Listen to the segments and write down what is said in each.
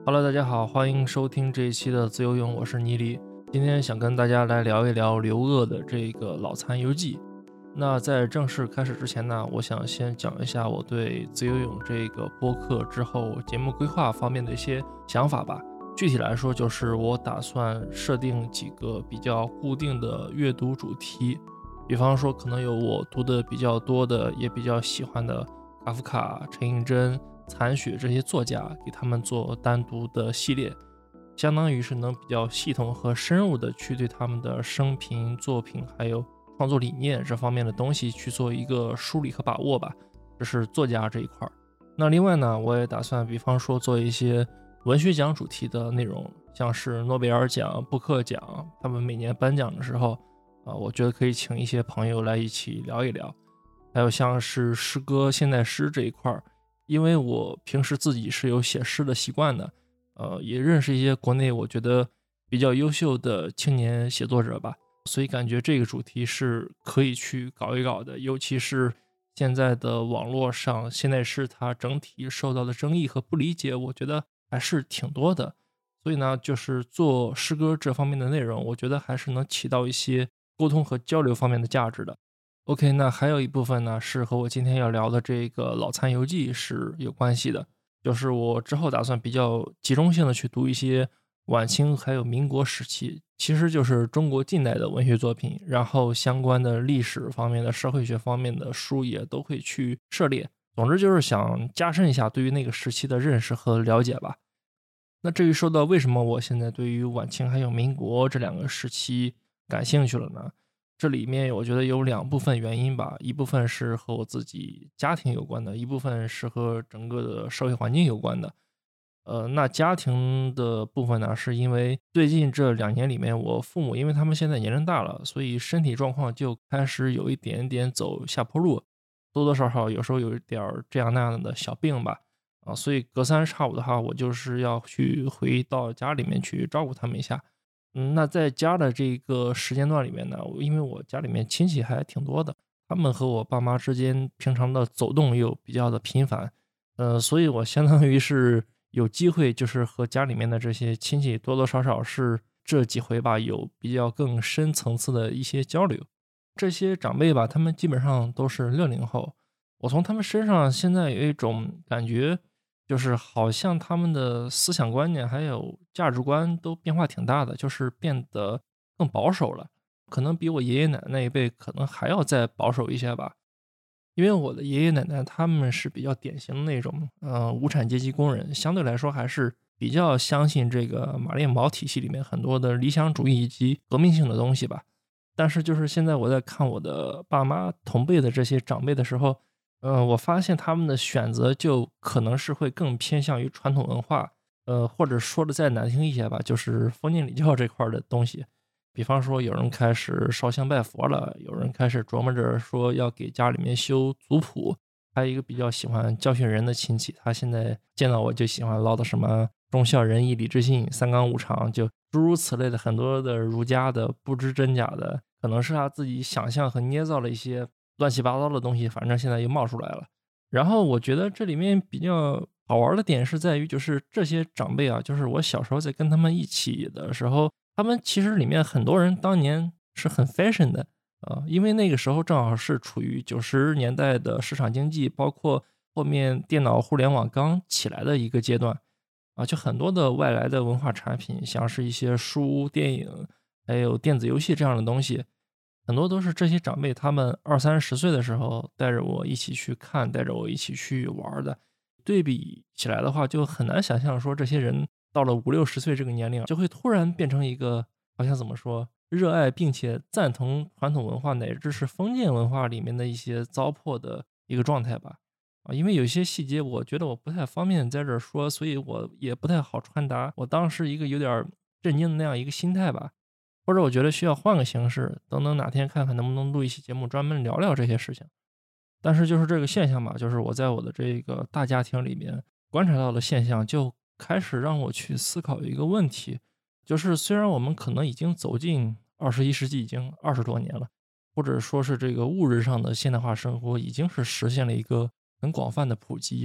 Hello，大家好，欢迎收听这一期的自由泳，我是倪黎。今天想跟大家来聊一聊刘鄂的这个脑残游记。那在正式开始之前呢，我想先讲一下我对自由泳这个播客之后节目规划方面的一些想法吧。具体来说，就是我打算设定几个比较固定的阅读主题，比方说可能有我读的比较多的，也比较喜欢的卡夫卡、陈映真、残雪这些作家，给他们做单独的系列，相当于是能比较系统和深入的去对他们的生平、作品还有创作理念这方面的东西去做一个梳理和把握吧。这是作家这一块。那另外呢，我也打算比方说做一些文学奖主题的内容，像是诺贝尔奖、布克奖，他们每年颁奖的时候我觉得可以请一些朋友来一起聊一聊。还有像是诗歌、现代诗这一块，因为我平时自己是有写诗的习惯的，也认识一些国内我觉得比较优秀的青年写作者吧，所以感觉这个主题是可以去搞一搞的。尤其是现在的网络上现代诗它整体受到的争议和不理解，我觉得还是挺多的。所以呢，就是做诗歌这方面的内容，我觉得还是能起到一些沟通和交流方面的价值的。OK，那还有一部分呢，是和我今天要聊的这个脑残游记是有关系的。就是我之后打算比较集中性的去读一些晚清还有民国时期，其实就是中国近代的文学作品，然后相关的历史方面的、社会学方面的书也都会去涉猎。总之就是想加深一下对于那个时期的认识和了解吧。那至于说到为什么我现在对于晚清还有民国这两个时期感兴趣了呢？这里面我觉得有两部分原因吧，一部分是和我自己家庭有关的，一部分是和整个的社会环境有关的。那家庭的部分呢，是因为最近这2年里面，我父母因为他们现在年龄大了，所以身体状况就开始有一点点走下坡路，多多少少有时候有一点儿这样那样的小病吧。所以隔三差五的话，我就是要去回到家里面去照顾他们一下。那在家的这个时间段里面呢，因为我家里面亲戚还挺多的，他们和我爸妈之间平常的走动又比较的频繁，所以我相当于是有机会，就是和家里面的这些亲戚多多少少是这几回吧，有比较更深层次的一些交流。这些长辈吧，他们基本上都是60后，我从他们身上现在有一种感觉，就是好像他们的思想观念还有价值观都变化挺大的，就是变得更保守了，可能比我爷爷奶奶那一辈可能还要再保守一些吧。因为我的爷爷奶奶他们是比较典型的那种，无产阶级工人，相对来说还是比较相信这个马列毛体系里面很多的理想主义以及革命性的东西吧。但是就是现在我在看我的爸妈同辈的这些长辈的时候，我发现他们的选择就可能是会更偏向于传统文化，或者说的再难听一些吧，就是封建礼教这块儿的东西。比方说有人开始烧香拜佛了，有人开始琢磨着说要给家里面修族谱，还有一个比较喜欢教训人的亲戚，他现在见到我就喜欢唠叨什么忠孝仁义礼智信三纲五常，就诸如此类的很多的儒家的不知真假的，可能是他自己想象和捏造了一些乱七八糟的东西，反正现在又冒出来了。然后我觉得这里面比较好玩的点是在于，就是这些长辈啊，就是我小时候在跟他们一起的时候，他们其实里面很多人当年是很 fashion 的因为那个时候正好是处于90年代的市场经济，包括后面电脑互联网刚起来的一个阶段就很多的外来的文化产品，像是一些书、电影，还有电子游戏这样的东西，很多都是这些长辈他们20、30岁的时候带着我一起去看，带着我一起去玩的。对比起来的话，就很难想象说这些人到了50、60岁这个年龄，就会突然变成一个好像怎么说，热爱并且赞同传统文化乃至是封建文化里面的一些糟粕的一个状态吧。因为有一些细节，我觉得我不太方便在这儿说，所以我也不太好传达我当时一个有点儿震惊的那样一个心态吧。或者我觉得需要换个形式，等等哪天看看能不能录一期节目专门聊聊这些事情。但是就是这个现象吧，就是我在我的这个大家庭里面观察到的现象，就开始让我去思考一个问题，就是虽然我们可能已经走进21世纪，已经20多年了，或者说是这个物质上的现代化生活已经是实现了一个很广泛的普及，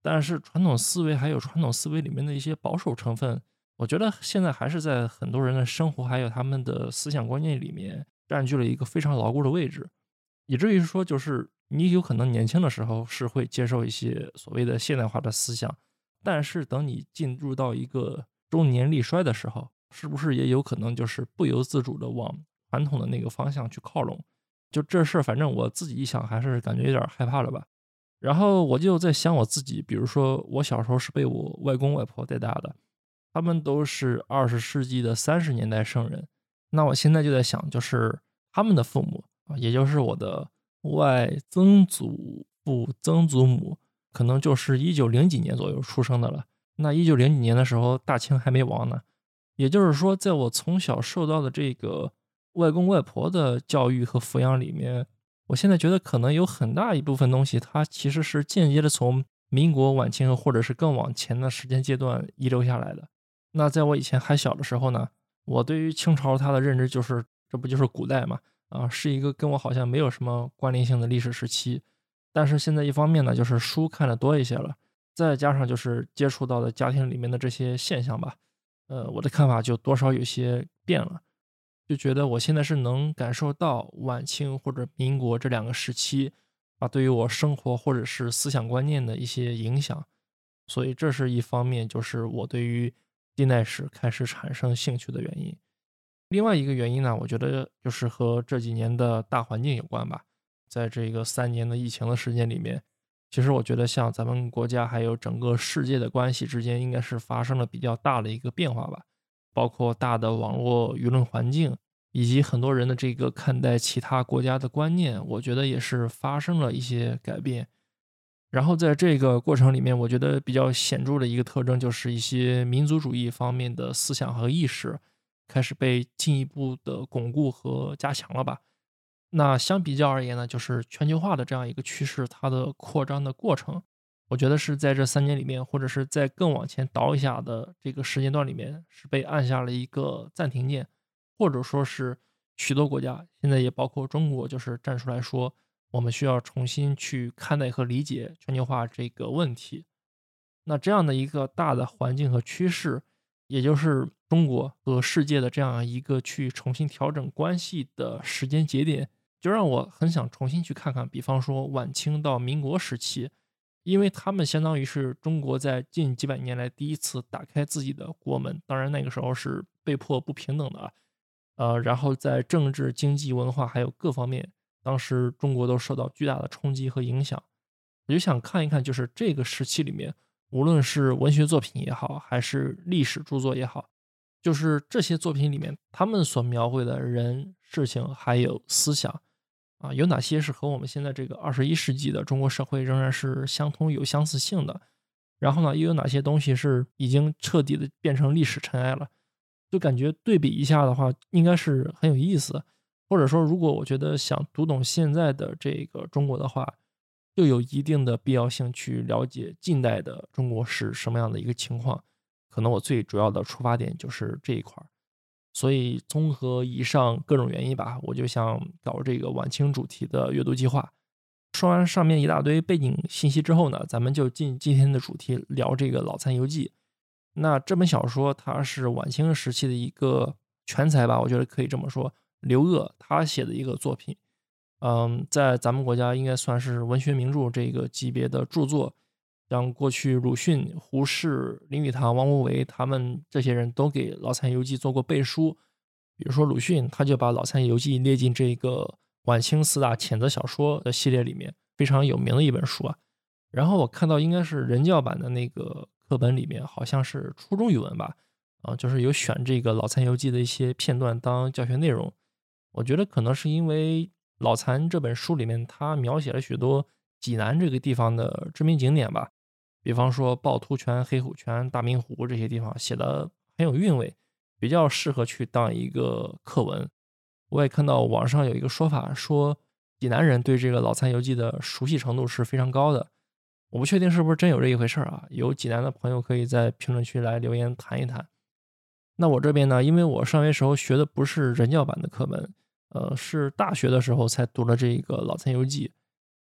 但是传统思维还有传统思维里面的一些保守成分，我觉得现在还是在很多人的生活还有他们的思想观念里面占据了一个非常牢固的位置，以至于说就是你有可能年轻的时候是会接受一些所谓的现代化的思想，但是等你进入到一个中年力衰的时候，是不是也有可能就是不由自主的往传统的那个方向去靠拢？就这事儿，反正我自己一想，还是感觉有点害怕了吧。然后我就在想我自己，比如说我小时候是被我外公外婆带大的，他们都是20世纪的30年代生人。那我现在就在想，就是他们的父母啊，也就是我的外曾祖父、曾祖母，可能就是1900几年左右出生的了。那1900几年的时候，大清还没亡呢。也就是说，在我从小受到的这个外公外婆的教育和抚养里面，我现在觉得可能有很大一部分东西，它其实是间接的从民国晚清或者是更往前的时间阶段遗留下来的。那在我以前还小的时候呢，我对于清朝它的认知就是，这不就是古代嘛，啊，是一个跟我好像没有什么关联性的历史时期。但是现在一方面呢，就是书看的多一些了，再加上就是接触到的家庭里面的这些现象吧，我的看法就多少有些变了。就觉得我现在是能感受到晚清或者民国这两个时期啊，对于我生活或者是思想观念的一些影响，所以这是一方面，就是我对于近代史开始产生兴趣的原因。另外一个原因呢，我觉得就是和这几年的大环境有关吧。在这个3年的疫情的时间里面，其实我觉得像咱们国家还有整个世界的关系之间，应该是发生了比较大的一个变化吧。包括大的网络舆论环境，以及很多人的这个看待其他国家的观念，我觉得也是发生了一些改变。然后在这个过程里面，我觉得比较显著的一个特征，就是一些民族主义方面的思想和意识开始被进一步的巩固和加强了吧。那相比较而言呢，就是全球化的这样一个趋势，它的扩张的过程，我觉得是在这3年里面，或者是在更往前倒一下的这个时间段里面，是被按下了一个暂停键，或者说是许多国家，现在也包括中国，就是站出来说，我们需要重新去看待和理解全球化这个问题。那这样的一个大的环境和趋势，也就是中国和世界的这样一个去重新调整关系的时间节点，就让我很想重新去看看，比方说晚清到民国时期，因为他们相当于是中国在近几百年来第一次打开自己的国门，当然那个时候是被迫不平等的啊，然后在政治、经济、文化还有各方面，当时中国都受到巨大的冲击和影响。我就想看一看，就是这个时期里面，无论是文学作品也好，还是历史著作也好，就是这些作品里面，他们所描绘的人、事情还有思想，啊，有哪些是和我们现在这个21世纪的中国社会仍然是相通有相似性的？然后呢，又有哪些东西是已经彻底的变成历史尘埃了？就感觉对比一下的话，应该是很有意思。或者说，如果我觉得想读懂现在的这个中国的话，又有一定的必要性去了解近代的中国是什么样的一个情况。可能我最主要的出发点就是这一块儿。所以综合以上各种原因吧，我就想搞这个晚清主题的阅读计划。说完上面一大堆背景信息之后呢，咱们就进今天的主题，聊这个《老残游记》。那这本小说它是晚清时期的一个全才吧，我觉得可以这么说，刘鹗他写的一个作品。在咱们国家应该算是文学名著这个级别的著作，像过去鲁迅、胡适、林语堂、王国维他们这些人都给《老残游记》做过背书。比如说鲁迅，他就把《老残游记》列进这个晚清4大谴责小说的系列里面，非常有名的一本书啊。然后我看到应该是人教版的那个课本里面，好像是初中语文吧，就是有选这个《老残游记》的一些片段当教学内容。我觉得可能是因为《老残》这本书里面，它描写了许多济南这个地方的知名景点吧，比方说趵突泉、黑虎泉、大明湖这些地方，写的很有韵味，比较适合去当一个课文。我也看到网上有一个说法，说济南人对这个《老残游记》的熟悉程度是非常高的。我不确定是不是真有这一回事儿啊，有济南的朋友可以在评论区来留言谈一谈。那我这边呢，因为我上学时候学的不是人教版的课本，是大学的时候才读了这个《老残游记》。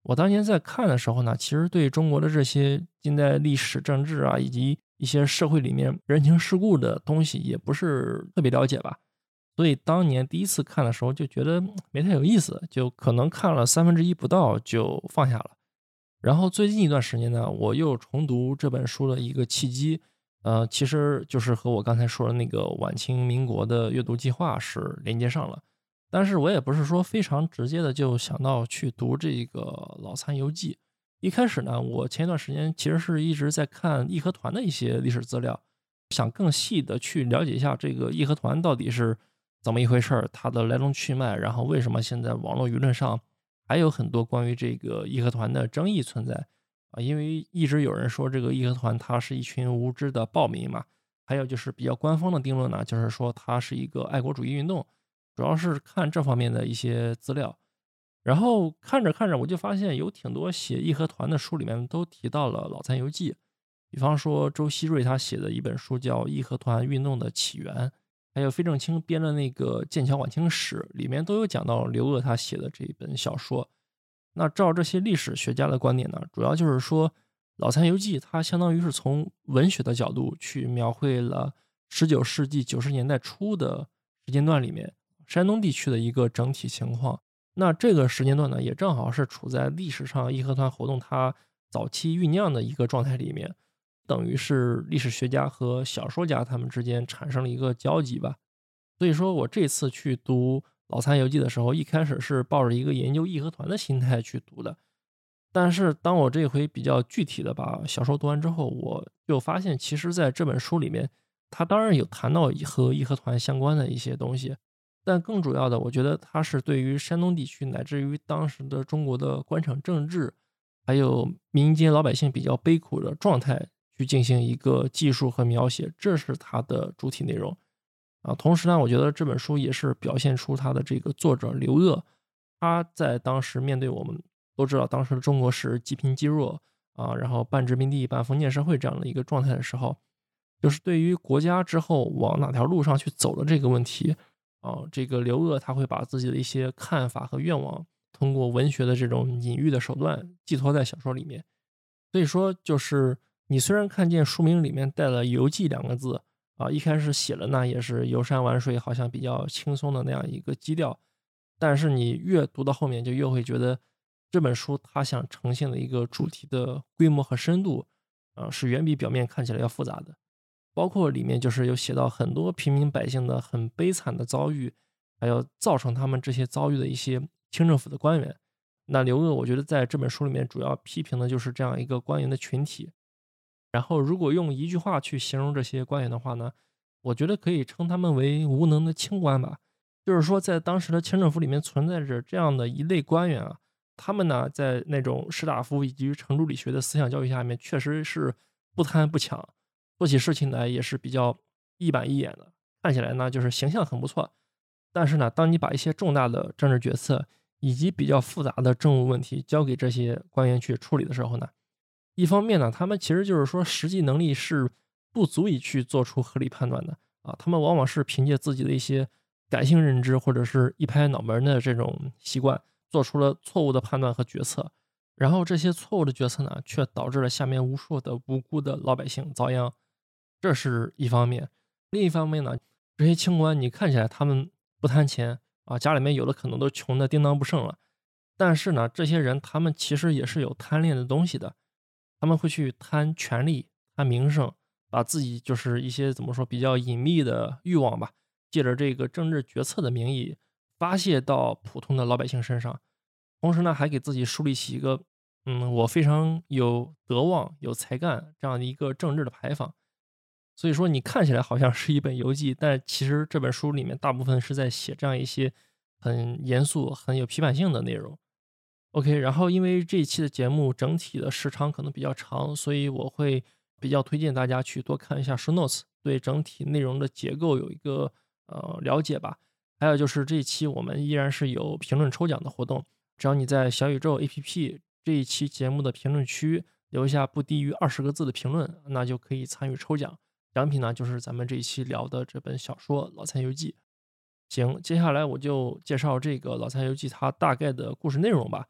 我当年在看的时候呢，其实对中国的这些近代历史、政治啊，以及一些社会里面人情世故的东西，也不是特别了解吧。所以当年第一次看的时候就觉得没太有意思，就可能看了1/3不到就放下了。然后最近一段时间呢，我又重读这本书的一个契机，其实就是和我刚才说的那个晚清民国的阅读计划是连接上了。但是我也不是说非常直接的就想到去读这个《老残游记》。一开始呢，我前一段时间其实是一直在看义和团的一些历史资料，想更细的去了解一下这个义和团到底是怎么一回事儿，它的来龙去脉，然后为什么现在网络舆论上还有很多关于这个义和团的争议存在啊？因为一直有人说这个义和团它是一群无知的暴民嘛，还有就是比较官方的定论呢，就是说它是一个爱国主义运动，主要是看这方面的一些资料。然后看着看着，我就发现有挺多写义和团的书里面都提到了《老残游记》，比方说周希瑞他写的一本书叫《义和团运动的起源》，还有费正清编的那个《剑桥晚清史》，里面都有讲到刘鹗他写的这一本小说。那照这些历史学家的观点呢，主要就是说，《老残游记》它相当于是从文学的角度去描绘了19世纪90年代初的时间段里面山东地区的一个整体情况。那这个时间段呢，也正好是处在历史上义和团活动它早期酝酿的一个状态里面，等于是历史学家和小说家他们之间产生了一个交集吧。所以说我这次去读《老残游记》的时候，一开始是抱着一个研究义和团的心态去读的，但是当我这回比较具体的把小说读完之后，我就发现其实在这本书里面，它当然有谈到和义和团相关的一些东西，但更主要的，我觉得它是对于山东地区乃至于当时的中国的官场政治，还有民间老百姓比较悲苦的状态去进行一个记述和描写，这是它的主体内容。同时呢，我觉得这本书也是表现出他的这个作者刘鹗，他在当时面对我们都知道当时的中国是积贫积弱啊，然后半殖民地半封建社会这样的一个状态的时候，就是对于国家之后往哪条路上去走的这个问题，这个刘鹗他会把自己的一些看法和愿望，通过文学的这种隐喻的手段寄托在小说里面。所以说，就是你虽然看见书名里面带了“游记”两个字，一开始写了呢也是游山玩水，好像比较轻松的那样一个基调，但是你越读到后面，就越会觉得这本书它想呈现的一个主题的规模和深度，是远比表面看起来要复杂的。包括里面就是有写到很多平民百姓的很悲惨的遭遇，还有造成他们这些遭遇的一些清政府的官员。那刘鹗我觉得在这本书里面主要批评的就是这样一个官员的群体。然后如果用一句话去形容这些官员的话呢，我觉得可以称他们为无能的清官吧。就是说在当时的清政府里面存在着这样的一类官员啊，他们呢在那种士大夫以及程朱理学的思想教育下面，确实是不贪不抢，做起事情来也是比较一板一眼的，看起来呢就是形象很不错。但是呢，当你把一些重大的政治决策以及比较复杂的政务问题交给这些官员去处理的时候呢，一方面呢，他们其实就是说实际能力是不足以去做出合理判断的啊，他们往往是凭借自己的一些感性认知或者是一拍脑门的这种习惯，做出了错误的判断和决策，然后这些错误的决策呢，却导致了下面无数的无辜的老百姓遭殃，这是一方面。另一方面呢，这些清官你看起来他们不贪钱啊，家里面有的可能都穷的叮当不剩了，但是呢，这些人他们其实也是有贪恋的东西的，他们会去贪权力、贪名声，把自己就是一些怎么说比较隐秘的欲望吧，借着这个政治决策的名义发泄到普通的老百姓身上，同时呢，还给自己树立起一个我非常有德望、有才干这样的一个政治的牌坊。所以说你看起来好像是一本游记，但其实这本书里面大部分是在写这样一些很严肃、很有批判性的内容。OK，然后因为这一期的节目整体的时长可能比较长，所以我会比较推荐大家去多看一下 show notes，对整体内容的结构有一个了解吧。还有就是这一期我们依然是有评论抽奖的活动，只要你在小宇宙 APP 这一期节目的评论区留下不低于20个字的评论，那就可以参与抽奖。奖品呢就是咱们这一期聊的这本小说《老残游记》。行，接下来我就介绍这个《老残游记》它大概的故事内容吧。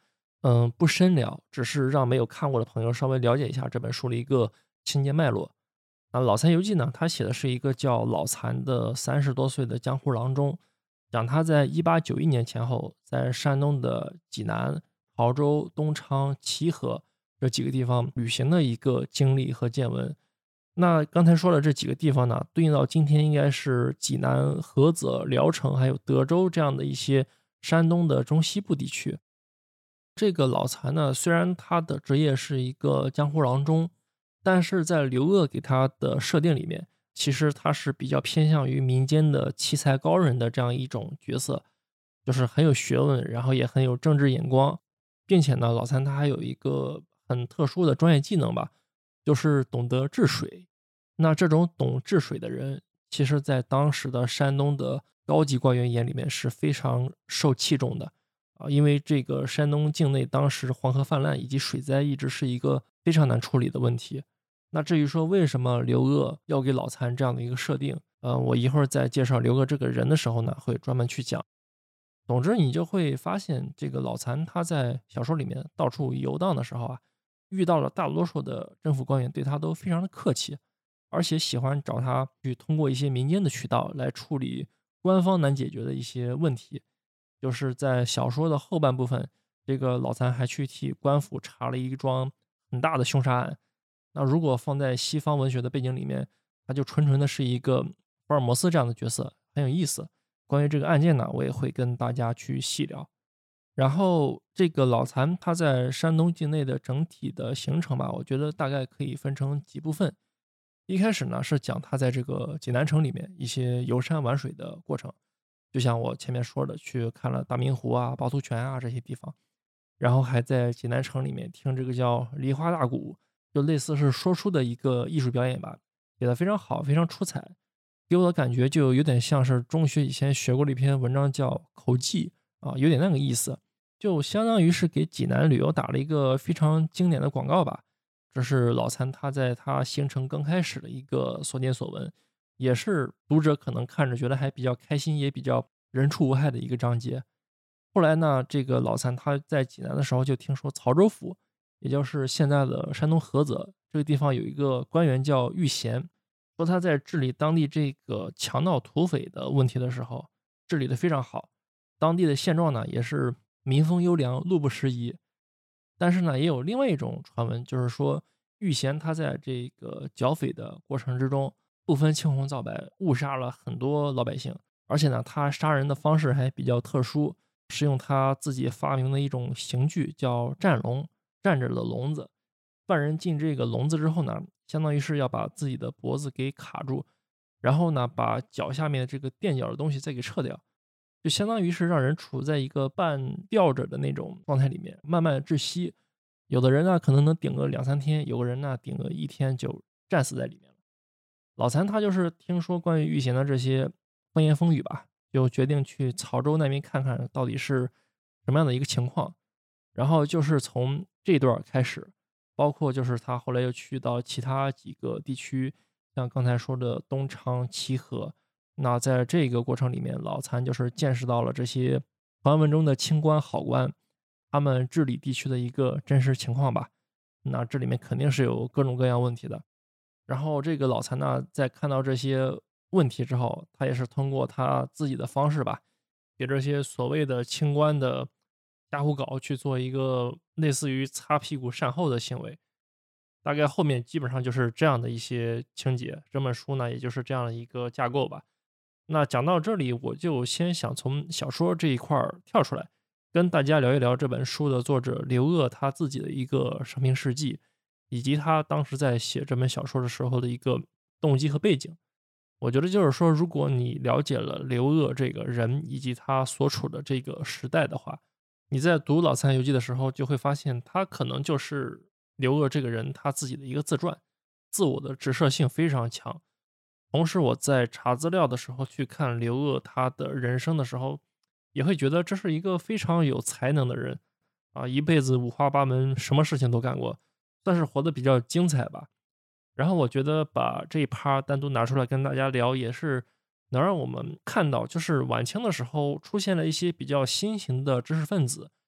不深聊，只是让没有看过的朋友稍微了解一下这本书的一个情节脉络。《老残游记》呢，他写的是一个叫老残的30多岁的江湖郎中，讲他在1891年前后，在山东的济南、亳州、东昌、齐河这几个地方旅行的一个经历和见闻。那刚才说的这几个地方呢，对应到今天应该是济南、菏泽、聊城还有德州这样的一些山东的中西部地区。这个老残呢，虽然他的职业是一个江湖郎中，但是在刘鹗给他的设定里面，其实他是比较偏向于民间的奇才高人的这样一种角色，就是很有学问，然后也很有政治眼光，并且呢，老残他还有一个很特殊的专业技能吧，就是懂得治水。那这种懂治水的人，其实在当时的山东的高级官员眼里面是非常受器重的。因为这个山东境内当时黄河泛滥以及水灾一直是一个非常难处理的问题。那至于说为什么刘鹗要给老残这样的一个设定，我一会儿在介绍刘鹗这个人的时候呢，会专门去讲。总之，你就会发现这个老残他在小说里面到处游荡的时候啊，遇到了大多数的政府官员对他都非常的客气，而且喜欢找他去通过一些民间的渠道来处理官方难解决的一些问题。就是在小说的后半部分，这个老残还去替官府查了一桩很大的凶杀案。那如果放在西方文学的背景里面，他就纯纯的是一个福尔摩斯这样的角色，很有意思。关于这个案件呢，我也会跟大家去细聊。然后这个老残他在山东境内的整体的行程吧，我觉得大概可以分成几部分。一开始呢是讲他在这个济南城里面一些游山玩水的过程，就像我前面说的，去看了大明湖啊、趵突泉啊这些地方，然后还在济南城里面听这个叫梨花大鼓，就类似是说书的一个艺术表演吧，写得非常好，非常出彩，给我的感觉就有点像是中学以前学过的一篇文章叫口技啊，有点那个意思，就相当于是给济南旅游打了一个非常经典的广告吧。这是老残他在他行程刚开始的一个所见所闻，也是读者可能看着觉得还比较开心，也比较人畜无害的一个章节。后来呢，这个老残他在济南的时候就听说曹州府，也就是现在的山东菏泽这个地方有一个官员叫玉贤，说他在治理当地这个强盗土匪的问题的时候，治理的非常好，当地的现状呢也是民风优良，路不拾遗。但是呢，也有另外一种传闻，就是说玉贤他在这个剿匪的过程之中，不分青红皂白，误杀了很多老百姓，而且呢，他杀人的方式还比较特殊，是用他自己发明的一种刑具，叫战笼，站着的笼子。犯人进这个笼子之后呢，相当于是要把自己的脖子给卡住，然后呢，把脚下面的这个垫脚的东西再给撤掉，就相当于是让人处在一个半吊着的那种状态里面，慢慢窒息。有的人呢，可能能顶个2、3天，有个人呢，顶个1天就战死在里面了。老残他就是听说关于玉贤的这些风言风语吧，就决定去曹州那边看看到底是什么样的一个情况。然后就是从这段开始，包括就是他后来又去到其他几个地区，像刚才说的东昌、齐河。那在这个过程里面，老残就是见识到了这些传闻中的清官好官，他们治理地区的一个真实情况吧。那这里面肯定是有各种各样问题的。然后这个老残呢，在看到这些问题之后，他也是通过他自己的方式吧，给这些所谓的清官的瞎胡搞去做一个类似于擦屁股善后的行为。大概后面基本上就是这样的一些情节，这本书呢也就是这样的一个架构吧。那讲到这里，我就先想从小说这一块儿跳出来，跟大家聊一聊这本书的作者刘鹗他自己的一个生平事迹，以及他当时在写这本小说的时候的一个动机和背景。我觉得就是说，如果你了解了刘鹗这个人以及他所处的这个时代的话，你在读《老残游记》的时候，就会发现他可能就是刘鹗这个人他自己的一个自传，自我的直射性非常强。同时，我在查资料的时候去看刘鹗他的人生的时候，也会觉得这是一个非常有才能的人啊，一辈子五花八门，什么事情都干过，算是活得比较精彩吧。然后我觉得把这一趴单独拿出来跟大家聊，也是能让我们看到，就是晚清的时候出现了一些比较新型的知识分子，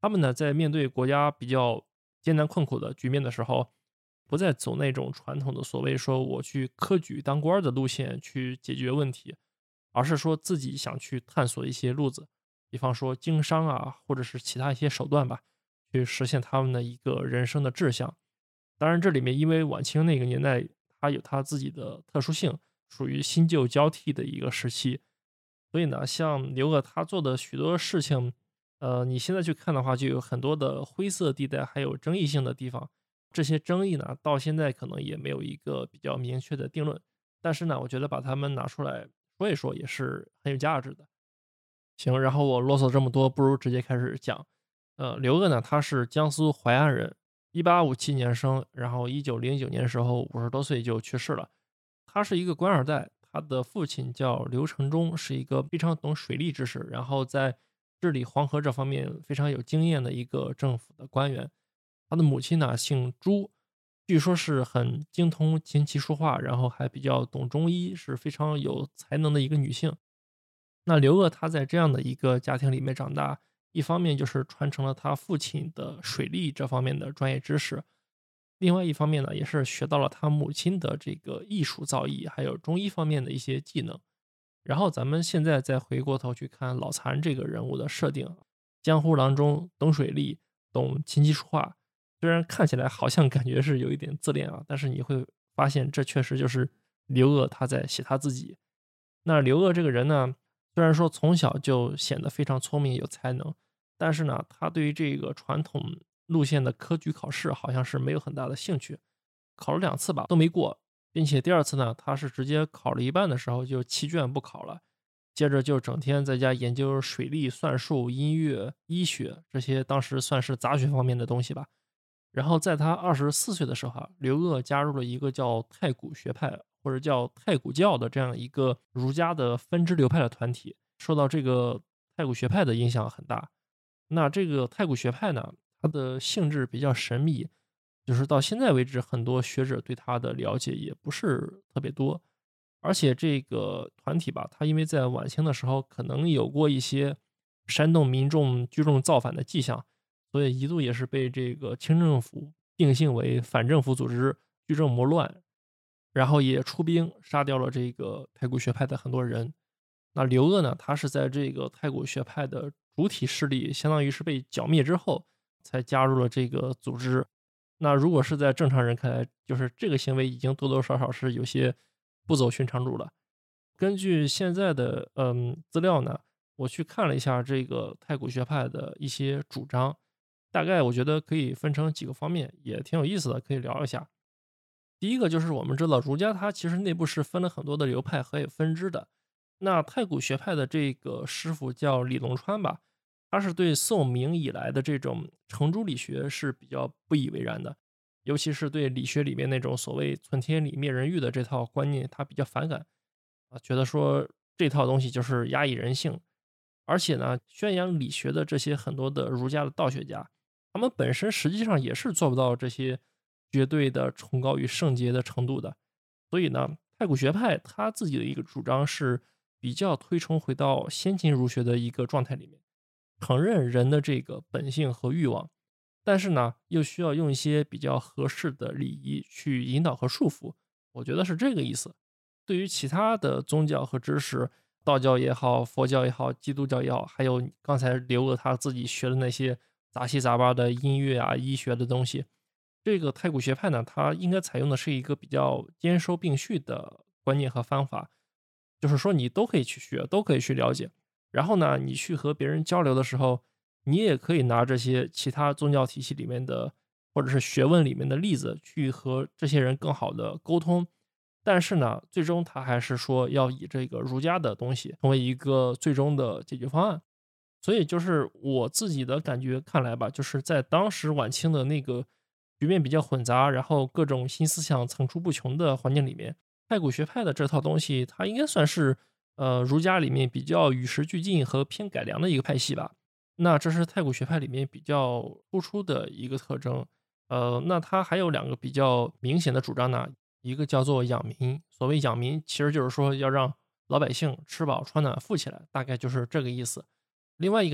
他们呢，在面对国家比较艰难困苦的局面的时候，不再走那种传统的所谓说我去科举当官儿的路线去解决问题，而是说自己想去探索一些路子，比方说经商啊，或者是其他一些手段吧，去实现他们的一个人生的志向。当然，这里面因为晚清那个年代，它有它自己的特殊性，属于新旧交替的一个时期，所以呢，像刘鄂他做的许多事情，你现在去看的话，就有很多的灰色地带，还有争议性的地方。这些争议呢，到现在可能也没有一个比较明确的定论。但是呢，我觉得把它们拿出来说一说也是很有价值的。行，然后我啰嗦这么多，不如直接开始讲。刘鄂呢，他是江苏淮安人，1857年生，然后1909年的时候50多岁就去世了。他是一个官二代，他的父亲叫刘承忠，是一个非常懂水利知识，然后在治理黄河这方面非常有经验的一个政府的官员。他的母亲呢姓朱，据说是很精通琴棋书画，然后还比较懂中医，是非常有才能的一个女性。那刘鄂他在这样的一个家庭里面长大，一方面就是传承了他父亲的水利这方面的专业知识，另外一方面呢，也是学到了他母亲的这个艺术造诣，还有中医方面的一些技能。然后咱们现在再回过头去看老残这个人物的设定，江湖郎中懂水利，懂琴棋书画，虽然看起来好像感觉是有一点自恋啊，但是你会发现这确实就是刘鄂他在写他自己。那刘鄂这个人呢，虽然说从小就显得非常聪明有才能，但是呢，他对于这个传统路线的科举考试好像是没有很大的兴趣，考了2次吧都没过，并且第2次呢，他是直接考了一半的时候就弃卷不考了，接着就整天在家研究水利、算术、音乐、医学这些当时算是杂学方面的东西吧。然后在他24岁的时候啊，刘鄂加入了一个叫太谷学派或者叫太谷教的这样一个儒家的分支流派的团体，受到这个太谷学派的影响很大。那这个太谷学派呢，它的性质比较神秘，就是到现在为止，很多学者对它的了解也不是特别多。而且这个团体吧，它因为在晚清的时候可能有过一些煽动民众聚众造反的迹象，所以一度也是被这个清政府定性为反政府组织、聚众谋乱，然后也出兵杀掉了这个太谷学派的很多人。那刘鄂呢，他是在这个太谷学派的主体势力相当于是被剿灭之后，才加入了这个组织。那如果是在正常人看来，就是这个行为已经多多少少是有些不走寻常路了。根据现在的资料呢，我去看了一下这个太谷学派的一些主张，大概我觉得可以分成几个方面，也挺有意思的，可以聊一下。第一个就是我们知道儒家它其实内部是分了很多的流派和有分支的。那太谷学派的这个师傅叫李龙川吧，他是对宋明以来的这种程朱理学是比较不以为然的，尤其是对理学里面那种所谓存天理灭人欲的这套观念，他比较反感啊，觉得说这套东西就是压抑人性，而且呢，宣扬理学的这些很多的儒家的道学家，他们本身实际上也是做不到这些绝对的崇高与圣洁的程度的。所以呢，太古学派他自己的一个主张是比较推崇回到先秦儒学的一个状态里面，承认人的这个本性和欲望，但是呢，又需要用一些比较合适的礼仪去引导和束缚。我觉得是这个意思。对于其他的宗教和知识，道教也好，佛教也好，基督教也好，还有刚才刘鄂他自己学的那些杂七杂八的音乐啊、医学的东西，这个太古学派呢，它应该采用的是一个比较兼收并蓄的观念和方法，就是说你都可以去学，都可以去了解。然后呢，你去和别人交流的时候，你也可以拿这些其他宗教体系里面的，或者是学问里面的例子，去和这些人更好的沟通。但是呢，最终他还是说要以这个儒家的东西成为一个最终的解决方案。所以就是我自己的感觉看来吧，就是在当时晚清的那个局面比较混杂，然后各种新思想层出不穷的环境里面，太古学派的这套东西，它应该算是儒家里面比较与时俱进和偏改良的一个派系吧。那这是太古学派里面比较突出的一个特征。那它还有2个比较明显的主张呢，一个叫做养民。所谓养民，其实就是说要让老百姓吃饱穿暖富起来，大概就是这个意思。另外一个呢，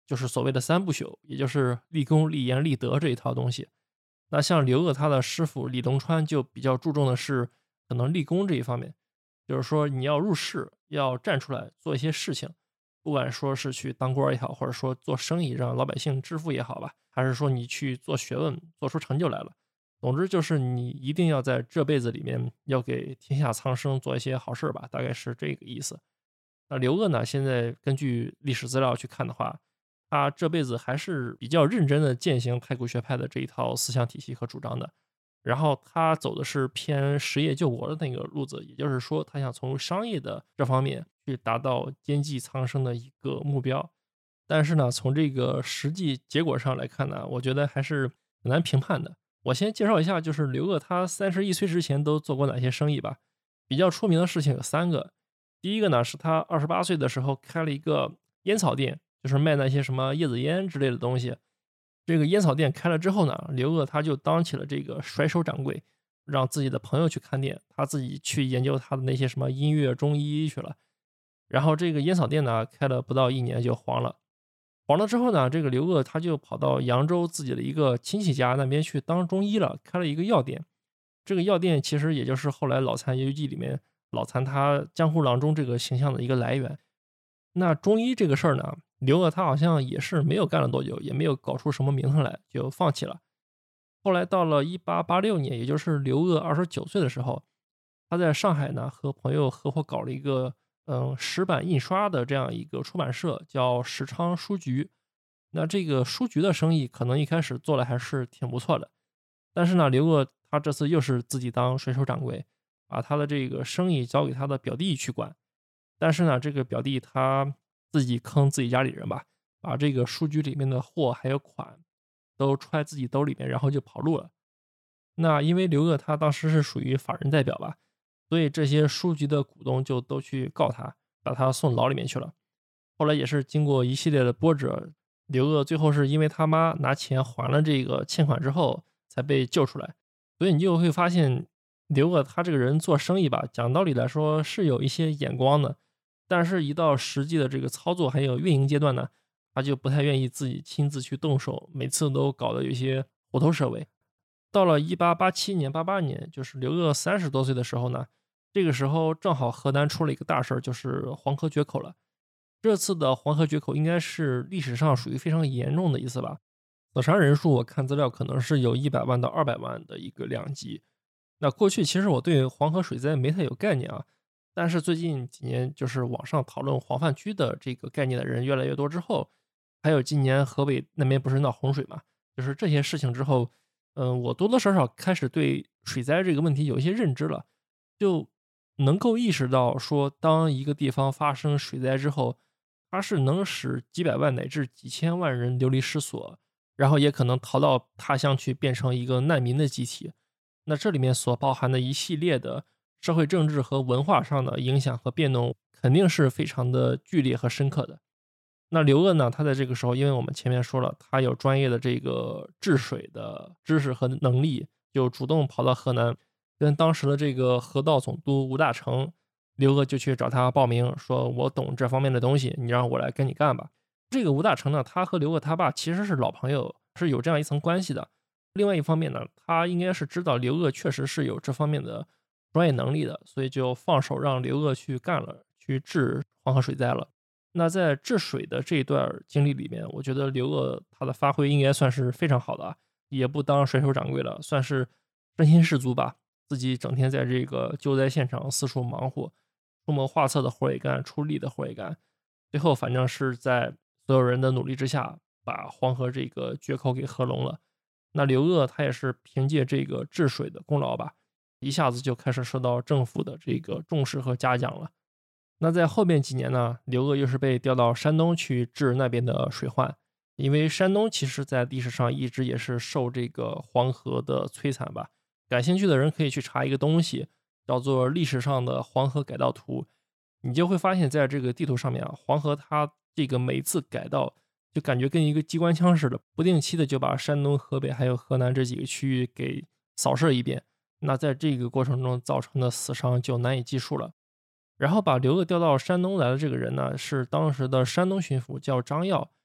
就是所谓的三不朽，也就是立功、立言、立德这一套东西。那像刘鹗他的师傅李龙川就比较注重的是可能立功这一方面，就是说你要入世，要站出来做一些事情，不管说是去当官也好，或者说做生意让老百姓致富也好吧，还是说你去做学问，做出成就来了。总之就是你一定要在这辈子里面要给天下苍生做一些好事吧，大概是这个意思。那刘鹗呢，现在根据历史资料去看的话，他这辈子还是比较认真的践行太古学派的这一套思想体系和主张的。然后他走的是偏实业救国的那个路子，也就是说，他想从商业的这方面去达到兼济苍生的一个目标。但是呢，从这个实际结果上来看呢，我觉得还是很难评判的。我先介绍一下，就是刘鹗他31岁之前都做过哪些生意吧。比较出名的事情有3个。第一个呢，是他28岁的时候开了一个烟草店，就是卖那些什么叶子烟之类的东西。这个烟草店开了之后呢，刘鹗他就当起了这个甩手掌柜，让自己的朋友去看店，他自己去研究他的那些什么音乐、中医去了。然后这个烟草店呢，开了不到1年就黄了。黄了之后呢，这个刘鹗他就跑到扬州自己的一个亲戚家那边去当中医了，开了一个药店。这个药店其实也就是后来《老残游记》里面老残他江湖郎中这个形象的一个来源。那中医这个事儿呢，刘鹗他好像也是没有干了多久，也没有搞出什么名堂来，就放弃了。后来到了1886年，也就是刘鹗29岁的时候，他在上海呢和朋友合伙搞了一个石版印刷的这样一个出版社，叫石昌书局。那这个书局的生意可能一开始做的还是挺不错的，但是呢，刘鹗他这次又是自己当水手掌柜，把他的这个生意交给他的表弟去管。但是呢，这个表弟他自己坑自己家里人吧，把这个书局里面的货还有款都揣自己兜里面，然后就跑路了。那因为刘鹗他当时是属于法人代表吧，所以这些书局的股东就都去告他，把他送牢里面去了。后来也是经过一系列的波折，刘鹗最后是因为他妈拿钱还了这个欠款之后才被救出来。所以你就会发现，刘鹗他这个人做生意吧，讲道理来说是有一些眼光的，但是一到实际的这个操作还有运营阶段呢，他就不太愿意自己亲自去动手，每次都搞得有些虎头蛇尾。到了1887年、88年，就是刘鹗30多岁的时候呢，这个时候正好河南出了一个大事儿，就是黄河决口了。这次的黄河决口应该是历史上属于非常严重的一次吧。死伤人数我看资料可能是有100万到200万的一个量级。那过去其实我对黄河水灾没太有概念啊，但是最近几年就是网上讨论黄泛区的这个概念的人越来越多之后，还有今年河北那边不是闹洪水嘛，就是这些事情之后，我多多少少开始对水灾这个问题有一些认知了，就能够意识到说，当一个地方发生水灾之后，它是能使几百万乃至几千万人流离失所，然后也可能逃到他乡去变成一个难民的集体。那这里面所包含的一系列的社会政治和文化上的影响和变动，肯定是非常的剧烈和深刻的。那刘鹗呢，他在这个时候，因为我们前面说了，他有专业的这个治水的知识和能力，就主动跑到河南，跟当时的这个河道总督吴大成，刘鹗就去找他报名，说我懂这方面的东西，你让我来跟你干吧。这个吴大成呢，他和刘鹗他爸其实是老朋友，是有这样一层关系的。另外一方面呢，他应该是知道刘鹗确实是有这方面的专业能力的，所以就放手让刘鹗去干了，去治黄河水灾了。那在治水的这一段经历里面，我觉得刘鹗他的发挥应该算是非常好的啊，也不当甩手掌柜了，算是身先士卒吧。自己整天在这个救灾现场四处忙活，出谋划策的活也干，出力的活也干。最后反正是在所有人的努力之下，把黄河这个决口给合拢了。那刘鹗他也是凭借这个治水的功劳吧，一下子就开始受到政府的这个重视和嘉奖了。那在后面几年呢，刘鹗又是被调到山东去治那边的水患，因为山东其实在历史上一直也是受这个黄河的摧残吧。感兴趣的人可以去查一个东西，叫做历史上的黄河改道图，你就会发现在这个地图上面啊，黄河它这个每次改道就感觉跟一个机关枪似的，不定期的就把山东、河北还有河南这几个区域给扫射一遍。那在这个过程中造成的死伤就难以计数了。然后把刘鹗调到山东来的这个人呢，是当时的山东巡抚，叫张耀。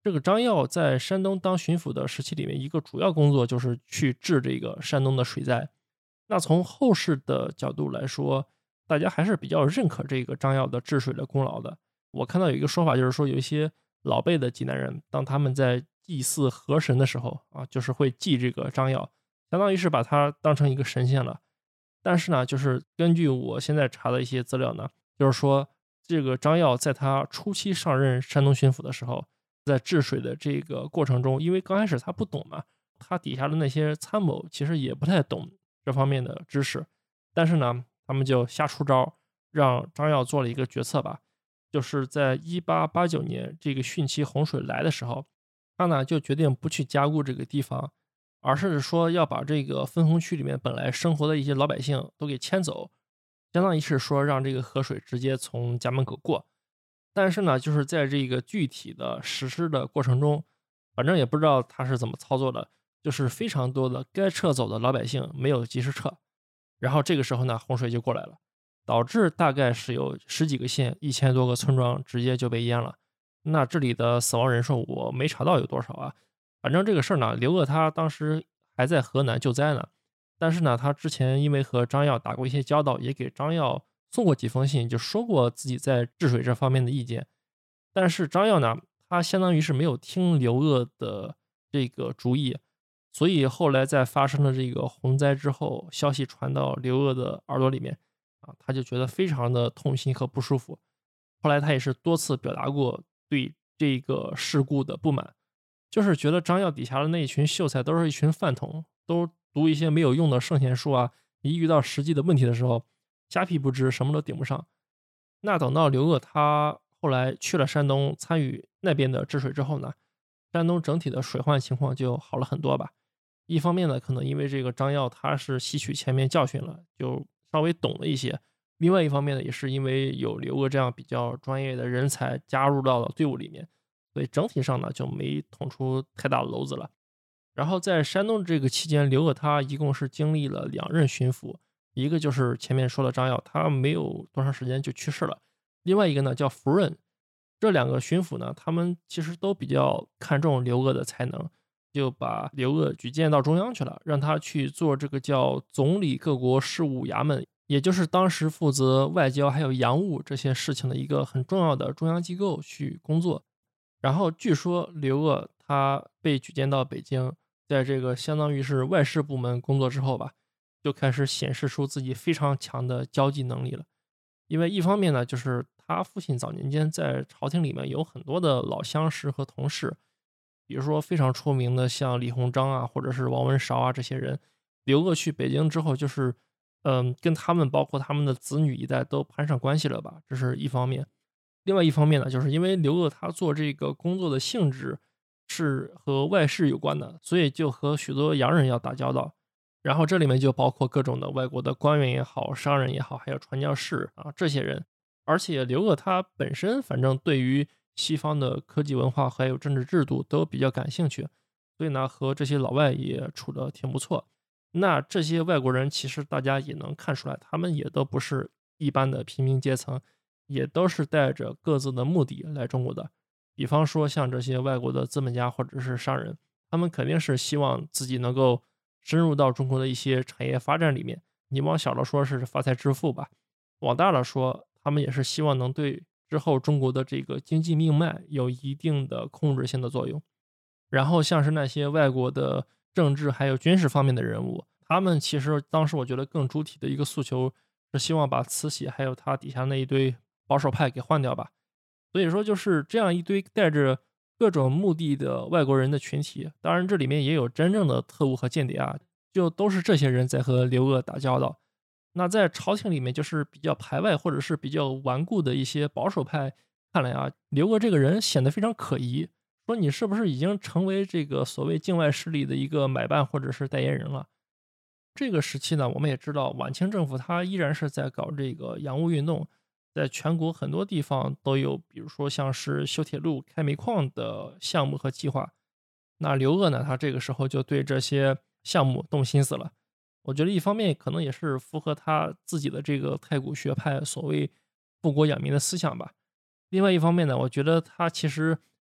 这个张耀在山东当巡抚的时期里面，一个主要工作就是去治这个山东的水灾。那从后世的角度来说，大家还是比较认可这个张耀的治水的功劳的。我看到有一个说法，就是说有一些老辈的济南人，当他们在祭祀河神的时候啊，就是会祭这个张耀，相当于是把他当成一个神仙了。但是呢，就是根据我现在查的一些资料呢，就是说这个张耀在他初期上任山东巡抚的时候，在治水的这个过程中，因为刚开始他不懂嘛，他底下的那些参谋其实也不太懂这方面的知识，但是呢，他们就瞎出招，让张耀做了一个决策吧，就是在1889年这个汛期洪水来的时候，他呢就决定不去加固这个地方，而是说要把这个分洪区里面本来生活的一些老百姓都给迁走，相当于是说让这个河水直接从家门口过。但是呢，就是在这个具体的实施的过程中，反正也不知道他是怎么操作的，就是非常多的该撤走的老百姓没有及时撤，然后这个时候呢，洪水就过来了，导致大概是有十几个县、1000多个村庄直接就被淹了。那这里的死亡人数我没查到有多少啊，反正这个事儿呢，刘鄂他当时还在河南救灾呢，但是呢，他之前因为和张耀打过一些交道，也给张耀送过几封信，就说过自己在治水这方面的意见。但是张耀呢，他相当于是没有听刘鄂的这个主意，所以后来在发生了这个洪灾之后，消息传到刘鄂的耳朵里面，啊，他就觉得非常的痛心和不舒服。后来他也是多次表达过对这个事故的不满，就是觉得张耀底下的那一群秀才都是一群饭桶，都读一些没有用的圣贤书啊，一遇到实际的问题的时候，瞎屁不知，什么都顶不上。那等到刘鄂他后来去了山东，参与那边的治水之后呢，山东整体的水患情况就好了很多吧。一方面呢，可能因为这个张耀他是吸取前面教训了，就稍微懂了一些；另外一方面呢，也是因为有刘鄂这样比较专业的人才加入到了队伍里面，所以整体上呢就没捅出太大的篓子了。然后在山东这个期间，刘鄂他一共是经历了2任巡抚，一个就是前面说的张耀，他没有多长时间就去世了；另外一个呢叫福润。这2个巡抚呢，他们其实都比较看重刘鄂的才能，就把刘鄂举荐到中央去了，让他去做这个叫总理各国事务衙门，也就是当时负责外交还有洋务这些事情的一个很重要的中央机构去工作。然后据说刘鄂他被举荐到北京，在这个相当于是外事部门工作之后吧，就开始显示出自己非常强的交际能力了。因为一方面呢，就是他父亲早年间在朝廷里面有很多的老相识和同事，比如说非常出名的像李鸿章啊，或者是王文韶啊这些人。刘鄂去北京之后，就是跟他们包括他们的子女一代都攀上关系了吧，这是一方面。另外一方面呢，就是因为刘鄂他做这个工作的性质是和外事有关的，所以就和许多洋人要打交道。然后这里面就包括各种的外国的官员也好，商人也好，还有传教士啊这些人。而且刘鄂他本身反正对于西方的科技文化还有政治制度都比较感兴趣，所以呢和这些老外也处得挺不错。那这些外国人其实大家也能看出来，他们也都不是一般的平民阶层，也都是带着各自的目的来中国的。比方说像这些外国的资本家或者是商人，他们肯定是希望自己能够深入到中国的一些产业发展里面。你往小了说是发财致富吧，往大了说，他们也是希望能对之后中国的这个经济命脉有一定的控制性的作用。然后像是那些外国的政治还有军事方面的人物，他们其实当时我觉得更主体的一个诉求是希望把慈禧还有他底下那一堆保守派给换掉吧。所以说就是这样一堆带着各种目的的外国人的群体，当然这里面也有真正的特务和间谍啊，就都是这些人在和刘鄂打交道。那在朝廷里面就是比较排外或者是比较顽固的一些保守派看来啊，刘鄂这个人显得非常可疑，说你是不是已经成为这个所谓境外势力的一个买办或者是代言人了。这个时期呢，我们也知道晚清政府它依然是在搞这个洋务运动，在全国很多地方都有，比如说像是修铁路、开煤矿的项目和计划。那刘鄂呢，他这个时候就对这些项目动心思了。我觉得一方面可能也是符合他自己的这个太古学派所谓富国养民的思想吧。另外一方面呢，我觉得他其实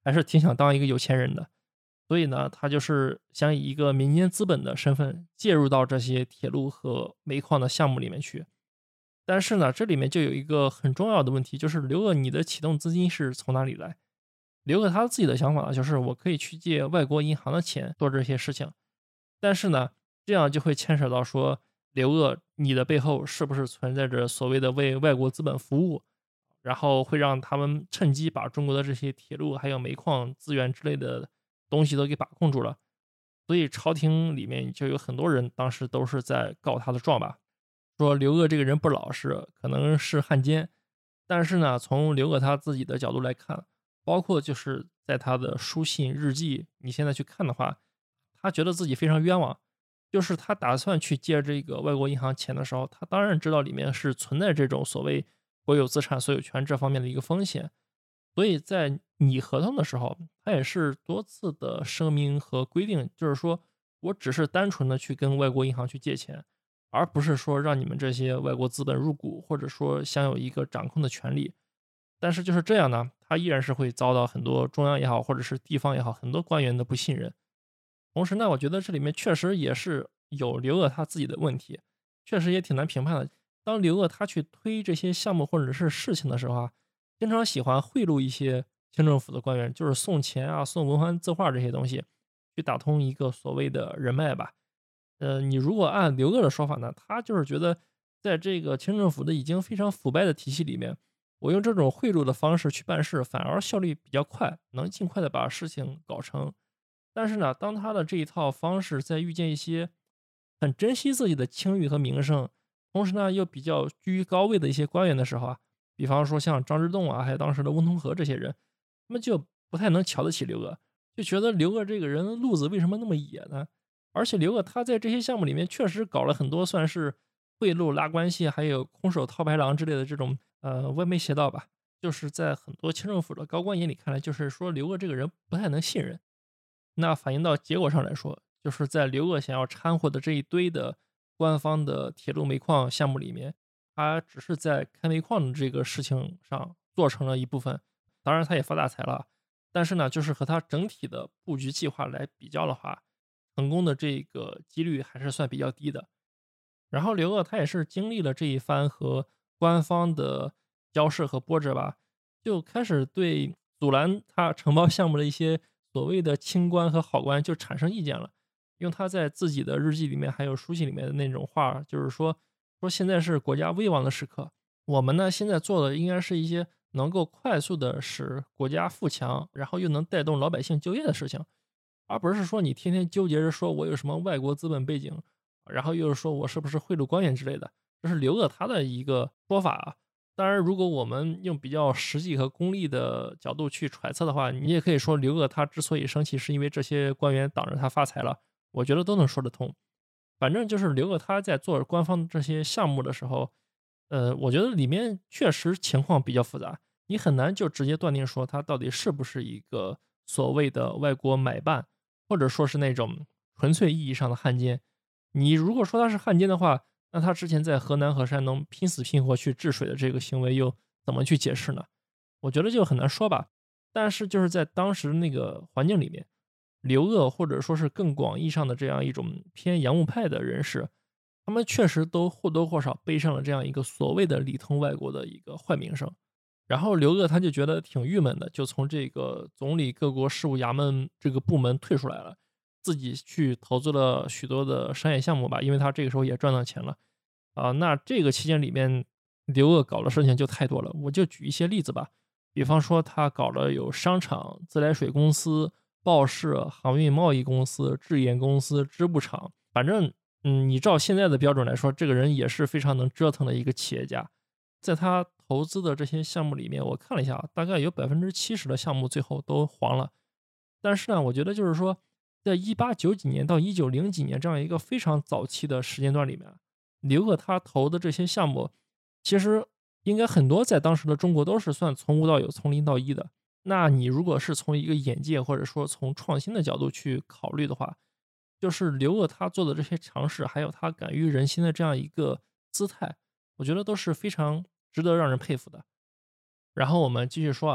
还是挺想当一个有钱人的。所以呢，他就是想以一个民间资本的身份介入到这些铁路和煤矿的项目里面去。但是呢，这里面就有一个很重要的问题，就是刘鄂你的启动资金是从哪里来？刘鄂他自己的想法就是我可以去借外国银行的钱做这些事情，但是呢，这样就会牵扯到说，刘鄂你的背后是不是存在着所谓的为外国资本服务，然后会让他们趁机把中国的这些铁路还有煤矿资源之类的东西都给把控住了。所以朝廷里面就有很多人当时都是在告他的状吧，说刘鄂这个人不老实，可能是汉奸。但是呢，从刘鄂他自己的角度来看，包括就是在他的书信、日记，你现在去看的话，他觉得自己非常冤枉。就是他打算去借这个外国银行钱的时候，他当然知道里面是存在这种所谓国有资产所有权这方面的一个风险，所以在拟合同的时候，他也是多次的声明和规定，就是说我只是单纯的去跟外国银行去借钱，而不是说让你们这些外国资本入股，或者说享有一个掌控的权利。但是就是这样呢，他依然是会遭到很多中央也好，或者是地方也好，很多官员的不信任。同时呢，我觉得这里面确实也是有刘鄂他自己的问题，确实也挺难评判的。当刘鄂他去推这些项目或者是事情的时候啊，经常喜欢贿赂一些清政府的官员，就是送钱啊、送文玩字画这些东西，去打通一个所谓的人脉吧。你如果按刘鄂的说法呢，他就是觉得在这个清政府的已经非常腐败的体系里面，我用这种贿赂的方式去办事，反而效率比较快，能尽快的把事情搞成。但是呢，当他的这一套方式在遇见一些很珍惜自己的清誉和名声，同时呢又比较居于高位的一些官员的时候啊，比方说像张之洞啊，还有当时的翁同龢这些人，他们就不太能瞧得起刘鄂，就觉得刘鄂这个人路子为什么那么野呢？而且刘鄂他在这些项目里面确实搞了很多算是贿赂、拉关系，还有空手套白狼之类的这种歪门邪道吧。就是在很多清政府的高官眼里看来，就是说刘鄂这个人不太能信任。那反映到结果上来说，就是在刘鄂想要掺和的这一堆的官方的铁路煤矿项目里面，他只是在开煤矿的这个事情上做成了一部分，当然他也发大财了。但是呢，就是和他整体的布局计划来比较的话，成功的这个几率还是算比较低的。然后刘鄂他也是经历了这一番和官方的交涉和波折吧，就开始对阻拦他承包项目的一些所谓的清官和好官就产生意见了。用他在自己的日记里面还有书信里面的那种话，就是说现在是国家危亡的时刻，我们呢现在做的应该是一些能够快速的使国家富强，然后又能带动老百姓就业的事情，而不是说你天天纠结着说我有什么外国资本背景，然后又是说我是不是贿赂官员之类的，这是刘鄂他的一个说法啊。当然，如果我们用比较实际和功利的角度去揣测的话，你也可以说刘鄂他之所以生气，是因为这些官员挡着他发财了，我觉得都能说得通。反正就是刘鄂他在做官方这些项目的时候，我觉得里面确实情况比较复杂，你很难就直接断定说他到底是不是一个所谓的外国买办，或者说是那种纯粹意义上的汉奸。你如果说他是汉奸的话，那他之前在河南和山东拼死拼活去治水的这个行为又怎么去解释呢？我觉得就很难说吧。但是就是在当时那个环境里面，刘鄂或者说是更广义上的这样一种偏洋务派的人士，他们确实都或多或少背上了这样一个所谓的里通外国的一个坏名声。然后刘鄂他就觉得挺郁闷的，就从这个总理各国事务衙门这个部门退出来了，自己去投资了许多的商业项目吧，因为他这个时候也赚到钱了。那这个期间里面，刘鄂搞的事情就太多了，我就举一些例子吧。比方说他搞了有商场、自来水公司、报社、航运贸易公司、制盐公司、织布厂，反正你照现在的标准来说，这个人也是非常能折腾的一个企业家。在他投资的这些项目里面，我看了一下啊，大概有70%的项目最后都黄了。但是呢，我觉得就是说，在1890几年到1900几年这样一个非常早期的时间段里面，刘鄂他投的这些项目，其实应该很多在当时的中国都是算从无到有、从零到一的。那你如果是从一个眼界或者说从创新的角度去考虑的话，就是刘鄂他做的这些尝试，还有他敢于人心的这样一个姿态，我觉得都是非常值得让人佩服的。然后我们继续说啊，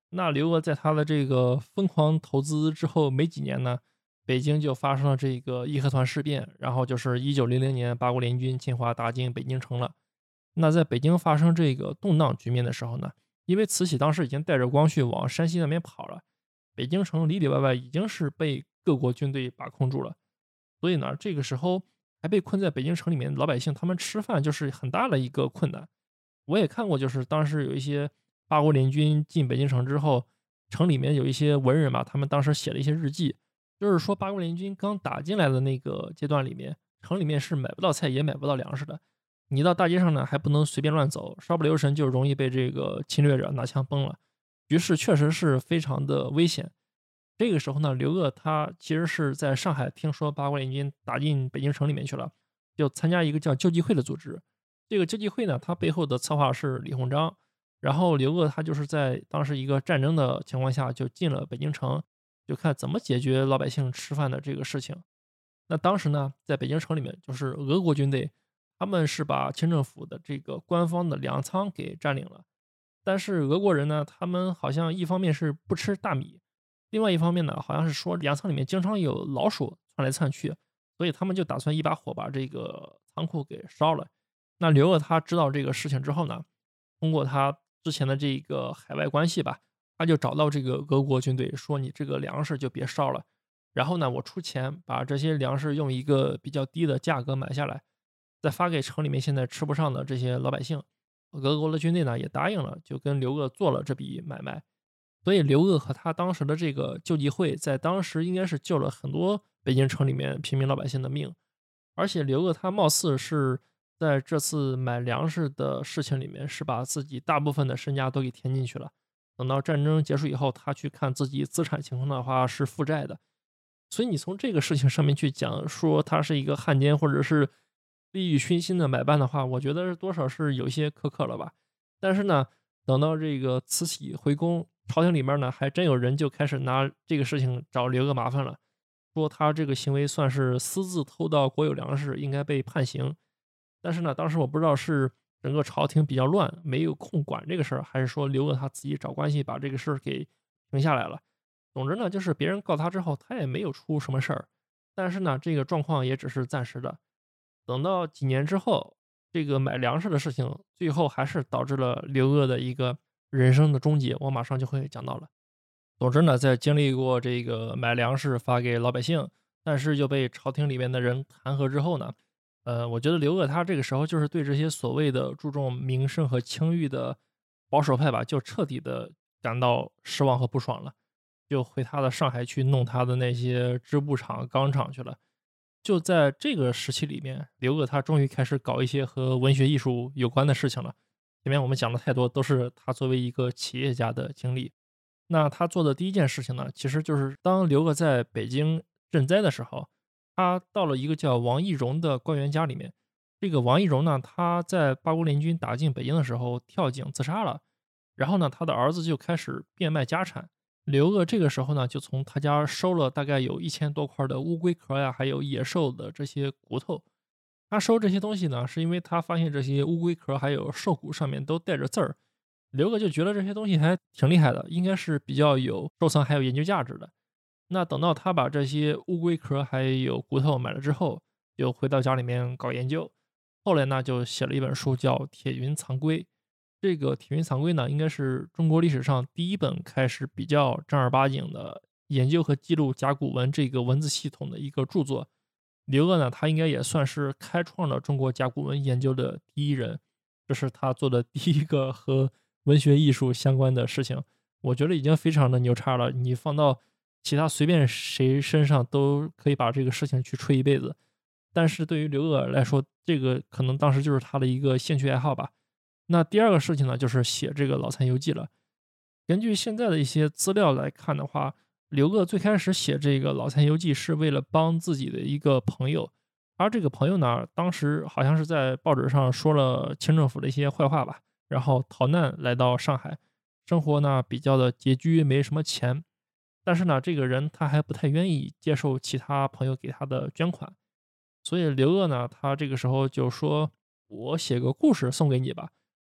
那刘鄂在他的这个疯狂投资之后没几年呢，北京就发生了这个义和团事变，然后就是1900年八国联军侵华打进北京城了。那在北京发生这个动荡局面的时候呢，因为慈禧当时已经带着光绪往山西那边跑了，北京城里里外外已经是被各国军队把控住了，所以呢，这个时候还被困在北京城里面，老百姓他们吃饭就是很大的一个困难。我也看过，就是当时有一些八国联军进北京城之后，城里面有一些文人嘛，他们当时写了一些日记，就是说八国联军刚打进来的那个阶段里面，城里面是买不到菜也买不到粮食的。你到大街上呢，还不能随便乱走，稍不留神就容易被这个侵略者拿枪崩了。局势确实是非常的危险。这个时候呢，刘鄂他其实是在上海听说八国联军打进北京城里面去了，就参加一个叫救济会的组织。这个救济会呢，它背后的策划是李鸿章，然后刘鄂他就是在当时一个战争的情况下就进了北京城，就看怎么解决老百姓吃饭的这个事情。那当时呢，在北京城里面，就是俄国军队，他们是把清政府的这个官方的粮仓给占领了。但是俄国人呢，他们好像一方面是不吃大米，另外一方面呢，好像是说粮仓里面经常有老鼠窜来窜去，所以他们就打算一把火把这个仓库给烧了。那刘鄂他知道这个事情之后呢，通过他之前的这个海外关系吧，他就找到这个俄国军队说：“你这个粮食就别烧了，然后呢，我出钱把这些粮食用一个比较低的价格买下来，再发给城里面现在吃不上的这些老百姓。”俄国的军队呢也答应了，就跟刘鄂做了这笔买卖。所以刘鄂和他当时的这个救济会，在当时应该是救了很多北京城里面平民老百姓的命。而且刘鄂他貌似是在这次买粮食的事情里面，是把自己大部分的身家都给填进去了。等到战争结束以后，他去看自己资产情况的话，是负债的。所以你从这个事情上面去讲，说他是一个汉奸或者是利欲熏心的买办的话，我觉得多少是有些苛刻了吧。但是呢，等到这个慈禧回宫，朝廷里面呢还真有人就开始拿这个事情找刘鄂麻烦了，说他这个行为算是私自偷盗国有粮食，应该被判刑。但是呢，当时我不知道是整个朝廷比较乱，没有空管这个事儿，还是说刘鄂他自己找关系把这个事儿给停下来了。总之呢，就是别人告他之后，他也没有出什么事儿，但是呢，这个状况也只是暂时的。等到几年之后，这个买粮食的事情，最后还是导致了刘鄂的一个人生的终结，我马上就会讲到了。总之呢，在经历过这个买粮食发给老百姓，但是又被朝廷里面的人弹劾之后呢，我觉得刘鄂他这个时候就是对这些所谓的注重名声和清誉的保守派吧，就彻底的感到失望和不爽了，就回他的上海去弄他的那些织布厂、钢厂去了。就在这个时期里面，刘鄂他终于开始搞一些和文学艺术有关的事情了。前面我们讲了太多，都是他作为一个企业家的经历。那他做的第一件事情呢，其实就是当刘鄂在北京赈灾的时候，他到了一个叫王懿荣的官员家里面。这个王懿荣呢，他在八国联军打进北京的时候跳井自杀了，然后呢，他的儿子就开始变卖家产。刘鄂这个时候呢，就从他家收了大概有1000多块的乌龟壳呀，还有野兽的这些骨头。他收这些东西呢，是因为他发现这些乌龟壳还有兽骨上面都带着字儿，刘鄂就觉得这些东西还挺厉害的，应该是比较有收藏还有研究价值的。那等到他把这些乌龟壳还有骨头买了之后，就回到家里面搞研究。后来呢，就写了一本书叫《铁云藏龟》。这个《铁云藏龟》呢，应该是中国历史上第一本开始比较正儿八经的研究和记录甲骨文这个文字系统的一个著作。刘鄂呢，他应该也算是开创了中国甲骨文研究的第一人，这是他做的第一个和文学艺术相关的事情，我觉得已经非常的牛叉了。你放到其他随便谁身上都可以把这个事情去吹一辈子，但是对于刘鄂来说，这个可能当时就是他的一个兴趣爱好吧。那第二个事情呢，就是写这个《老残游记》了。根据现在的一些资料来看的话，刘鄂最开始写这个《老残游记》是为了帮自己的一个朋友，而这个朋友呢，当时好像是在报纸上说了清政府的一些坏话吧，然后逃难来到上海，生活呢比较的拮据，没什么钱。但是呢，这个人他还不太愿意接受其他朋友给他的捐款，所以刘鄂呢，他这个时候就说：“我写个故事送给你吧。”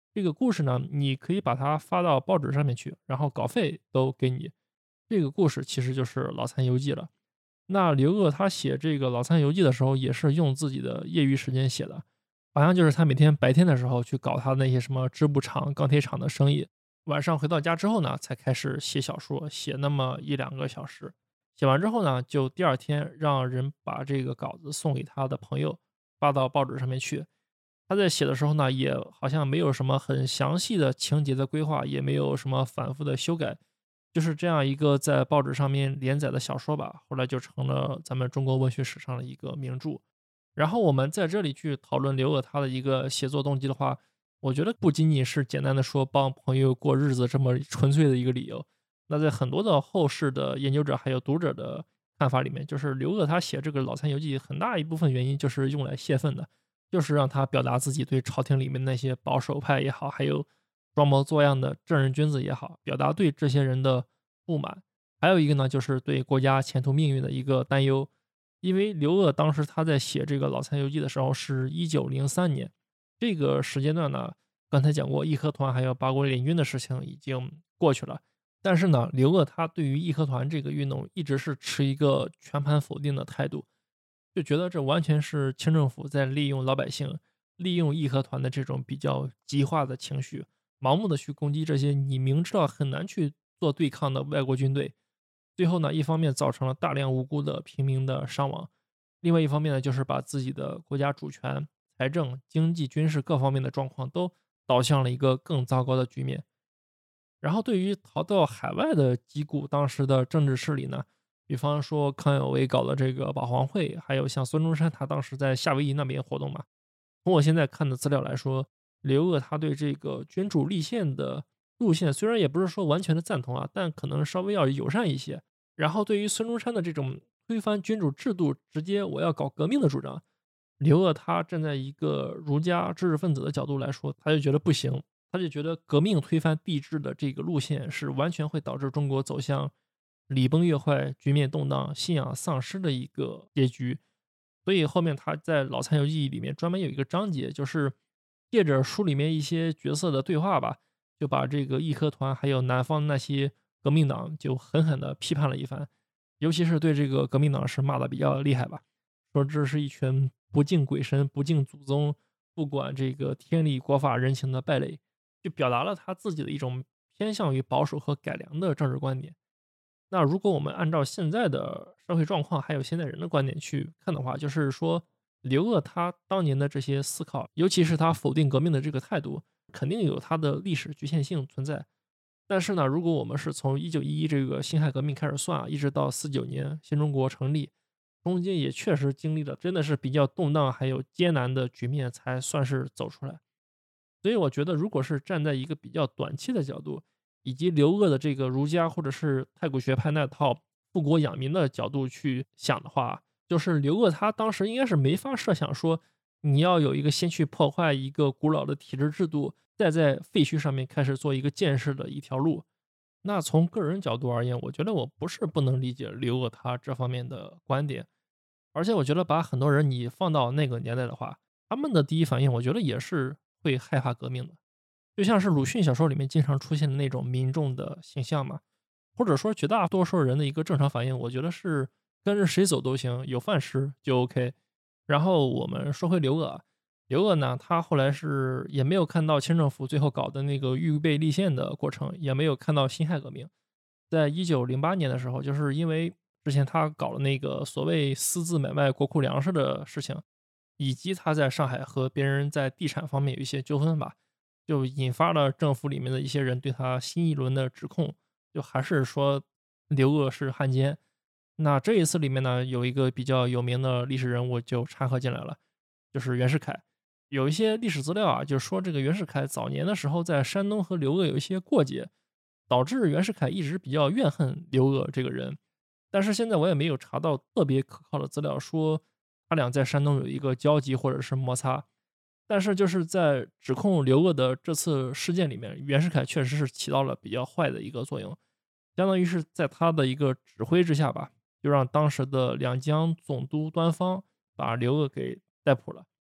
这个故事呢，你可以把它发到报纸上面去，然后稿费都给你。这个故事其实就是《老残游记》了。那刘鹗他写这个《老残游记》的时候，也是用自己的业余时间写的，好像就是他每天白天的时候去搞他那些什么织布厂、钢铁厂的生意，晚上回到家之后呢，才开始写小说，写那么一两个小时。写完之后呢，就第二天让人把这个稿子送给他的朋友，发到报纸上面去。他在写的时候呢，也好像没有什么很详细的情节的规划，也没有什么反复的修改，就是这样一个在报纸上面连载的小说吧，后来就成了咱们中国文学史上的一个名著。然后我们在这里去讨论刘鹗他的一个写作动机的话，我觉得不仅仅是简单的说帮朋友过日子这么纯粹的一个理由。那在很多的后世的研究者还有读者的看法里面，就是刘鹗他写这个《老残游记》很大一部分原因就是用来泄愤的，就是让他表达自己对朝廷里面那些保守派也好，还有装模作样的正人君子也好，表达对这些人的不满。还有一个呢，就是对国家前途命运的一个担忧。因为刘鹗当时他在写这个《老残游记》的时候是1903年，这个时间段呢，刚才讲过义和团还有八国联军的事情已经过去了，但是呢，刘鹗他对于义和团这个运动一直是持一个全盘否定的态度，就觉得这完全是清政府在利用老百姓，利用义和团的这种比较极化的情绪，盲目的去攻击这些你明知道很难去做对抗的外国军队。最后呢，一方面造成了大量无辜的平民的伤亡，另外一方面呢，就是把自己的国家主权、财政、经济、军事各方面的状况都导向了一个更糟糕的局面。然后对于逃到海外的几股当时的政治势力呢，比方说康有为搞的这个保皇会，还有像孙中山他当时在夏威夷那边活动嘛。从我现在看的资料来说，刘鹗他对这个君主立宪的路线虽然也不是说完全的赞同啊，但可能稍微要友善一些。然后对于孙中山的这种推翻君主制度，直接我要搞革命的主张，刘鹗他站在一个儒家知识分子的角度来说，他就觉得不行，他就觉得革命推翻帝制的这个路线是完全会导致中国走向礼崩乐坏、局面动荡、信仰丧失的一个结局。所以后面他在《老残游记》里面专门有一个章节，就是借着书里面一些角色的对话吧，就把这个义和团还有南方那些革命党就狠狠地批判了一番，尤其是对这个革命党是骂的比较厉害吧，说这是一群不敬鬼神、不敬祖宗、不管这个天理国法人情的败类，就表达了他自己的一种偏向于保守和改良的政治观点。那如果我们按照现在的社会状况，还有现代人的观点去看的话，就是说，刘鹗他当年的这些思考，尤其是他否定革命的这个态度，肯定有他的历史局限性存在。但是呢，如果我们是从1911这个辛亥革命开始算啊，一直到49年新中国成立，中间也确实经历了真的是比较动荡还有艰难的局面，才算是走出来。所以我觉得，如果是站在一个比较短期的角度，以及刘鹗的这个儒家或者是太古学派那套富国养民的角度去想的话，就是刘鹗他当时应该是没法设想说，你要有一个先去破坏一个古老的体制制度，再在废墟上面开始做一个建设的一条路。那从个人角度而言，我觉得我不是不能理解刘鹗他这方面的观点，而且我觉得把很多人你放到那个年代的话，他们的第一反应，我觉得也是会害怕革命的。就像是鲁迅小说里面经常出现的那种民众的形象嘛，或者说绝大多数人的一个正常反应，我觉得是跟着谁走都行，有饭吃就 OK。然后我们说回刘鹗啊，刘鹗呢，他后来是也没有看到清政府最后搞的那个预备立宪的过程，也没有看到辛亥革命。在1908年的时候，就是因为之前他搞了那个所谓私自买卖国库粮食的事情，以及他在上海和别人在地产方面有一些纠纷吧，就引发了政府里面的一些人对他新一轮的指控，就还是说刘鹗是汉奸。那这一次里面呢，有一个比较有名的历史人物就掺和进来了，就是袁世凯。有一些历史资料啊，就说这个袁世凯早年的时候在山东和刘鹗有一些过节，导致袁世凯一直比较怨恨刘鹗这个人。但是现在我也没有查到特别可靠的资料说他俩在山东有一个交集或者是摩擦。但是就是在指控刘鹗的这次事件里面，袁世凯确实是起到了比较坏的一个作用，相当于是在他的一个指挥之下吧，就让当时的两江总督端方把刘鹗给逮捕了。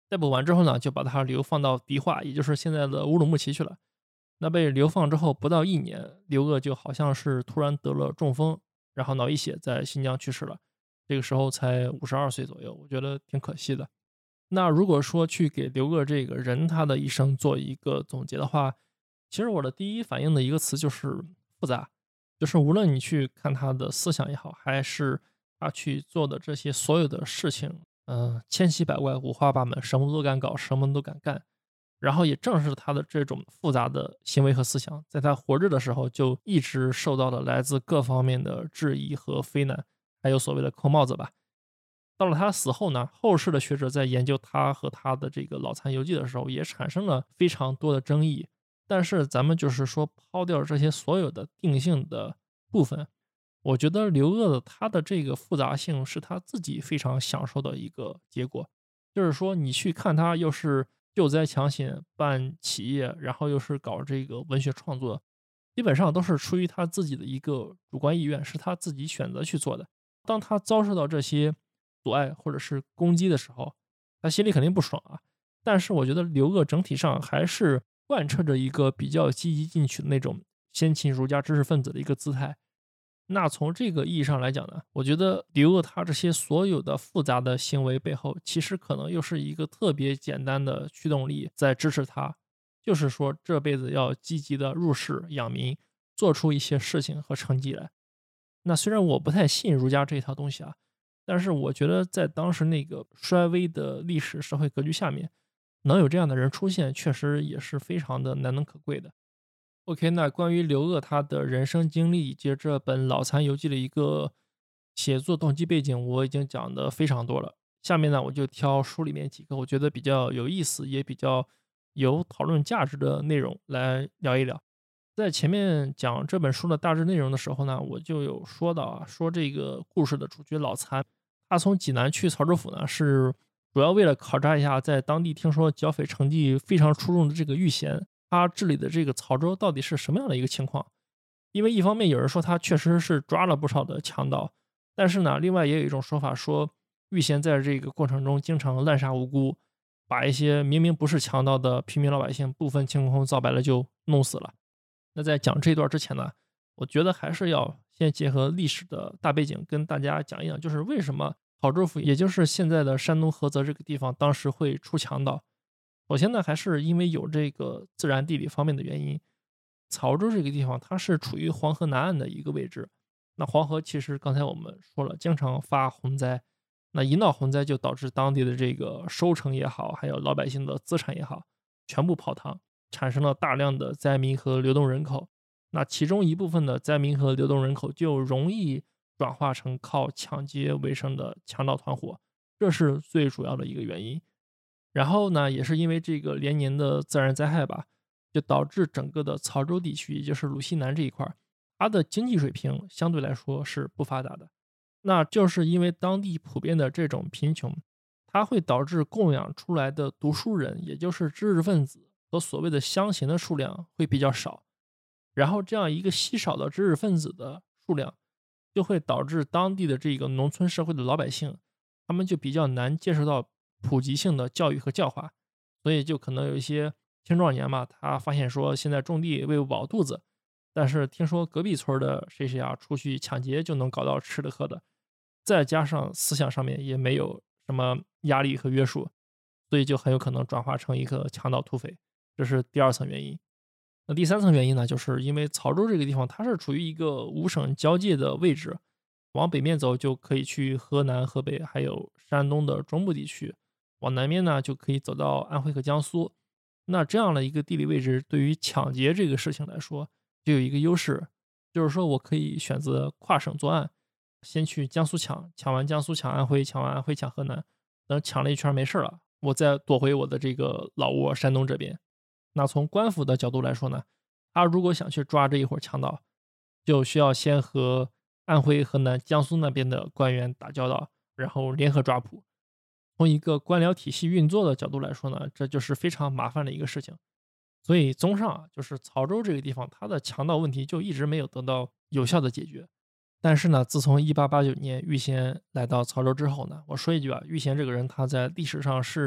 逮捕完之后呢，就把他流放到迪化，也就是现在的乌鲁木齐去了。那被流放之后不到1年，刘鄂就好像是突然得了中风，然后脑溢血，在新疆去世了。这个时候才52岁左右，我觉得挺可惜的。那如果说去给刘鄂这个人他的一生做一个总结的话，其实我的第一反应的一个词就是复杂，就是无论你去看他的思想也好，还是他去做的这些所有的事情，千奇百怪、五花八门，什么都敢搞，什么都敢干。然后也正是他的这种复杂的行为和思想，在他活着的时候就一直受到了来自各方面的质疑和非难，还有所谓的扣帽子吧。到了他死后呢，后世的学者在研究他和他的这个脑残游记的时候，也产生了非常多的争议。但是咱们就是说，抛掉这些所有的定性的部分，我觉得刘鄂的他的这个复杂性是他自己非常享受的一个结果。就是说，你去看他又是救灾抢险办企业，然后又是搞这个文学创作，基本上都是出于他自己的一个主观意愿，是他自己选择去做的。当他遭受到这些阻碍或者是攻击的时候，他心里肯定不爽啊。但是我觉得刘鄂整体上还是贯彻着一个比较积极进取的那种先秦儒家知识分子的一个姿态。那从这个意义上来讲呢，我觉得刘鄂他这些所有的复杂的行为背后，其实可能又是一个特别简单的驱动力在支持他，就是说这辈子要积极的入世养民，做出一些事情和成绩来。那虽然我不太信儒家这一套东西啊，但是我觉得在当时那个衰微的历史社会格局下面，能有这样的人出现，确实也是非常的难能可贵的。OK，那关于刘鄂他的人生经历以及这本《脑残游记》的一个写作动机背景，我已经讲的非常多了。下面呢，我就挑书里面几个我觉得比较有意思，也比较有讨论价值的内容来聊一聊。在前面讲这本书的大致内容的时候呢，我就有说到啊，说这个故事的主角老残，他从济南去曹州府呢，是主要为了考察一下在当地听说剿匪成绩非常出众的这个玉贤，他治理的这个曹州到底是什么样的一个情况。因为一方面有人说他确实是抓了不少的强盗，但是呢，另外也有一种说法说，玉贤在这个过程中经常滥杀无辜，把一些明明不是强盗的平民老百姓不分青红皂白的就弄死了。那在讲这段之前呢，我觉得还是要先结合历史的大背景跟大家讲一讲，就是为什么曹州府，也就是现在的山东菏泽这个地方，当时会出强盗。首先呢，还是因为有这个自然地理方面的原因。曹州这个地方，它是处于黄河南岸的一个位置。那黄河其实刚才我们说了，经常发洪灾。那一闹洪灾，就导致当地的这个收成也好，还有老百姓的资产也好，全部泡汤，产生了大量的灾民和流动人口。那其中一部分的灾民和流动人口就容易转化成靠抢劫为生的强盗团伙，这是最主要的一个原因。然后呢，也是因为这个连年的自然灾害吧，就导致整个的曹州地区，也就是鲁西南这一块儿，它的经济水平相对来说是不发达的。那就是因为当地普遍的这种贫穷，它会导致供养出来的读书人，也就是知识分子和所谓的乡贤的数量会比较少。然后这样一个稀少的知识分子的数量，就会导致当地的这个农村社会的老百姓，他们就比较难接受到普及性的教育和教化，所以就可能有一些青壮年嘛，他发现说现在种地喂不饱肚子，但是听说隔壁村的谁谁啊出去抢劫就能搞到吃的喝的，再加上思想上面也没有什么压力和约束，所以就很有可能转化成一个强盗土匪，这是第二层原因。那第三层原因呢，就是因为曹州这个地方它是处于一个五省交界的位置，往北面走就可以去河南、河北，还有山东的中部地区；往南面呢就可以走到安徽和江苏。那这样的一个地理位置，对于抢劫这个事情来说，就有一个优势，就是说我可以选择跨省作案，先去江苏抢，抢完江苏抢安徽，抢完安徽抢河南，等抢了一圈没事了，我再躲回我的这个老窝山东这边。那从官府的角度来说呢，他如果想去抓这一伙强盗，就需要先和安徽、河南、江苏那边的官员打交道，然后联合抓捕。从一个官僚体系运作的角度来说呢，这就是非常麻烦的一个事情。所以综上啊，就是曹州这个地方，它的强盗问题就一直没有得到有效的解决。但是呢，自从1889年玉贤来到曹州之后呢，我说一句啊，玉贤这个人他在历史上是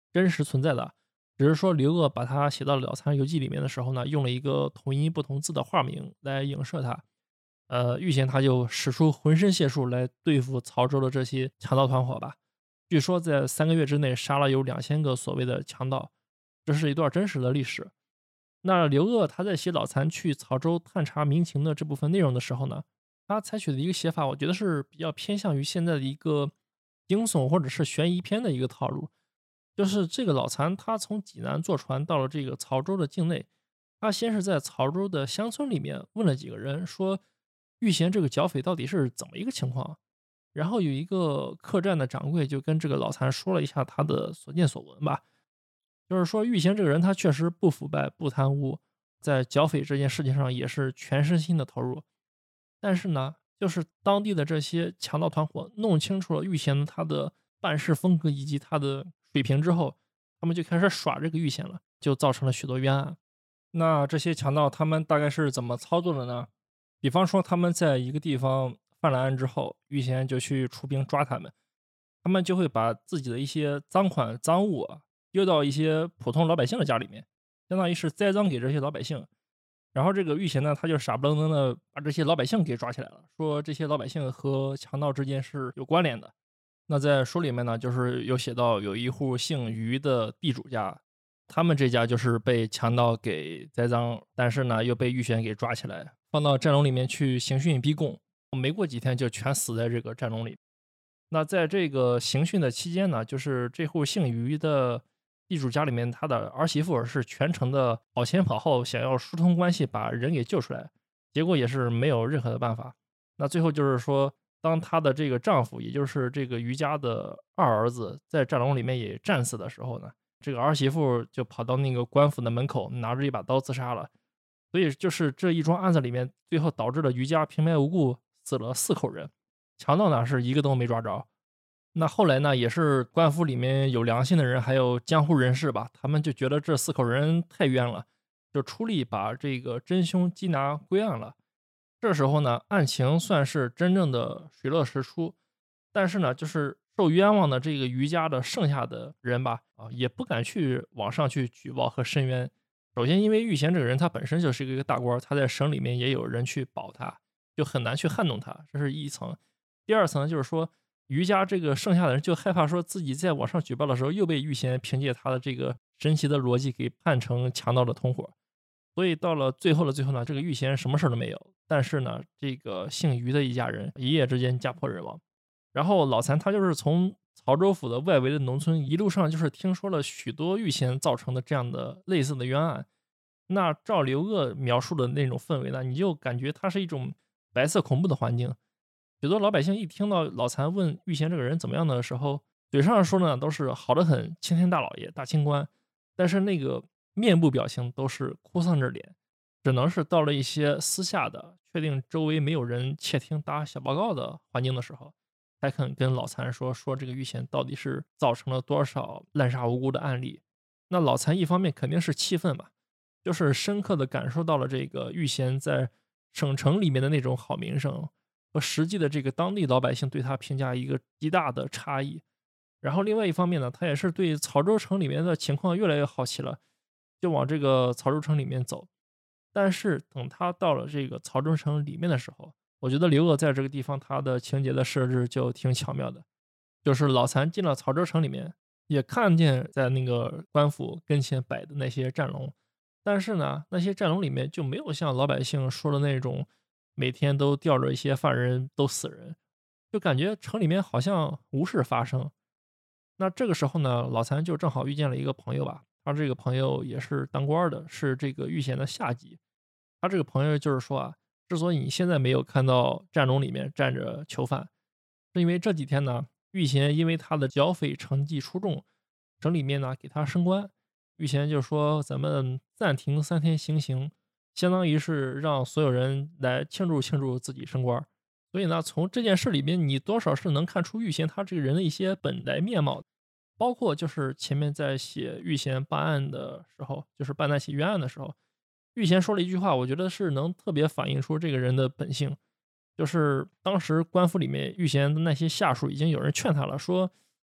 真实存在的，只是说刘鹗把它写到《了残游记》里面的时候呢，用了一个同音不同字的化名来影射它。玉贤他就使出浑身解数来对付曹州的这些强盗团伙吧。据说在3个月之内杀了有2000个所谓的强盗，这是一段真实的历史。那刘鹗他在写老残去曹州探查民情的这部分内容的时候呢，他采取的一个写法，我觉得是比较偏向于现在的一个惊悚或者是悬疑片的一个套路。就是这个老残他从济南坐船到了这个曹州的境内，他先是在曹州的乡村里面问了几个人，说玉贤这个剿匪到底是怎么一个情况。然后有一个客栈的掌柜就跟这个老残说了一下他的所见所闻吧，就是说玉贤这个人他确实不腐败不贪污，在剿匪这件事情上也是全身心的投入。但是呢，就是当地的这些强盗团伙弄清楚了玉贤他的办事风格以及他的水平之后，他们就开始耍这个玉贤了，就造成了许多冤案。那这些强盗他们大概是怎么操作的呢？比方说他们在一个地方犯了案之后，玉贤就去出兵抓他们，他们就会把自己的一些赃款赃物丢到一些普通老百姓的家里面，相当于是栽赃给这些老百姓。然后这个玉贤呢，他就傻不愣登的把这些老百姓给抓起来了，说这些老百姓和强盗之间是有关联的。那在书里面呢，就是有写到有一户姓于的地主家，他们这家就是被强盗给栽赃，但是呢又被玉贤给抓起来，放到战笼里面去刑讯逼供，没过几天就全死在这个战笼里。那在这个刑讯的期间呢，就是这户姓于的地主家里面，他的儿媳妇是全程的跑前跑后，想要疏通关系把人给救出来，结果也是没有任何的办法。那最后就是说，当她的这个丈夫，也就是这个于家的二儿子，在战笼里面也战死的时候呢，这个儿媳妇就跑到那个官府的门口，拿着一把刀自杀了。所以就是这一桩案子里面，最后导致了于家平白无故死了4口人，强盗呢是一个都没抓着。那后来呢，也是官府里面有良心的人，还有江湖人士吧，他们就觉得这4口人太冤了，就出力把这个真凶缉拿归案了。这时候呢，案情算是真正的水落石出，但是呢，就是受冤枉的这个于家的剩下的人吧，也不敢去往上去举报和申冤。首先，因为玉贤这个人他本身就是一个大官，他在省里面也有人去保他，就很难去撼动他，这是一层。第二层就是说，于家这个剩下的人就害怕说自己在网上举报的时候又被玉贤凭借他的这个神奇的逻辑给判成强盗的同伙，所以到了最后的最后呢，这个玉贤什么事儿都没有，但是呢，这个姓于的一家人一夜之间家破人亡。然后老残他就是从曹州府的外围的农村一路上就是听说了许多玉贤造成的这样的类似的冤案。那照刘鹗描述的那种氛围呢，你就感觉它是一种白色恐怖的环境。许多老百姓一听到老残问玉贤这个人怎么样的时候，嘴上说的呢都是好得很，青天大老爷大清官，但是那个面部表情都是哭丧着脸，只能是到了一些私下的确定周围没有人窃听打小报告的环境的时候，才肯跟老残说这个玉贤到底是造成了多少滥杀无辜的案例。那老残一方面肯定是气愤嘛，就是深刻的感受到了这个玉贤在省城里面的那种好名声和实际的这个当地老百姓对他评价一个极大的差异。然后另外一方面呢，他也是对曹州城里面的情况越来越好奇了，就往这个曹州城里面走。但是等他到了这个曹州城里面的时候，我觉得刘鹗在这个地方他的情节的设置就挺巧妙的，就是老残进了曹州城里面，也看见在那个官府跟前摆的那些战笼，但是呢，那些战笼里面就没有像老百姓说的那种每天都吊着一些犯人都死人，就感觉城里面好像无事发生。那这个时候呢，老残就正好遇见了一个朋友吧，他这个朋友也是当官的，是这个玉贤的下级。他这个朋友就是说之所以你现在没有看到战笼里面站着囚犯，是因为这几天呢，玉贤因为他的剿匪成绩出众，省里面呢给他升官。玉贤就说咱们暂停3天行刑，相当于是让所有人来庆祝庆祝自己升官。所以呢，从这件事里面，你多少是能看出玉贤他这个人的一些本来面貌，包括就是前面在写玉贤办案的时候，就是办那起冤案的时候，玉贤说了一句话，我觉得是能特别反映出这个人的本性。就是当时官府里面玉贤的那些下属已经有人劝他了，说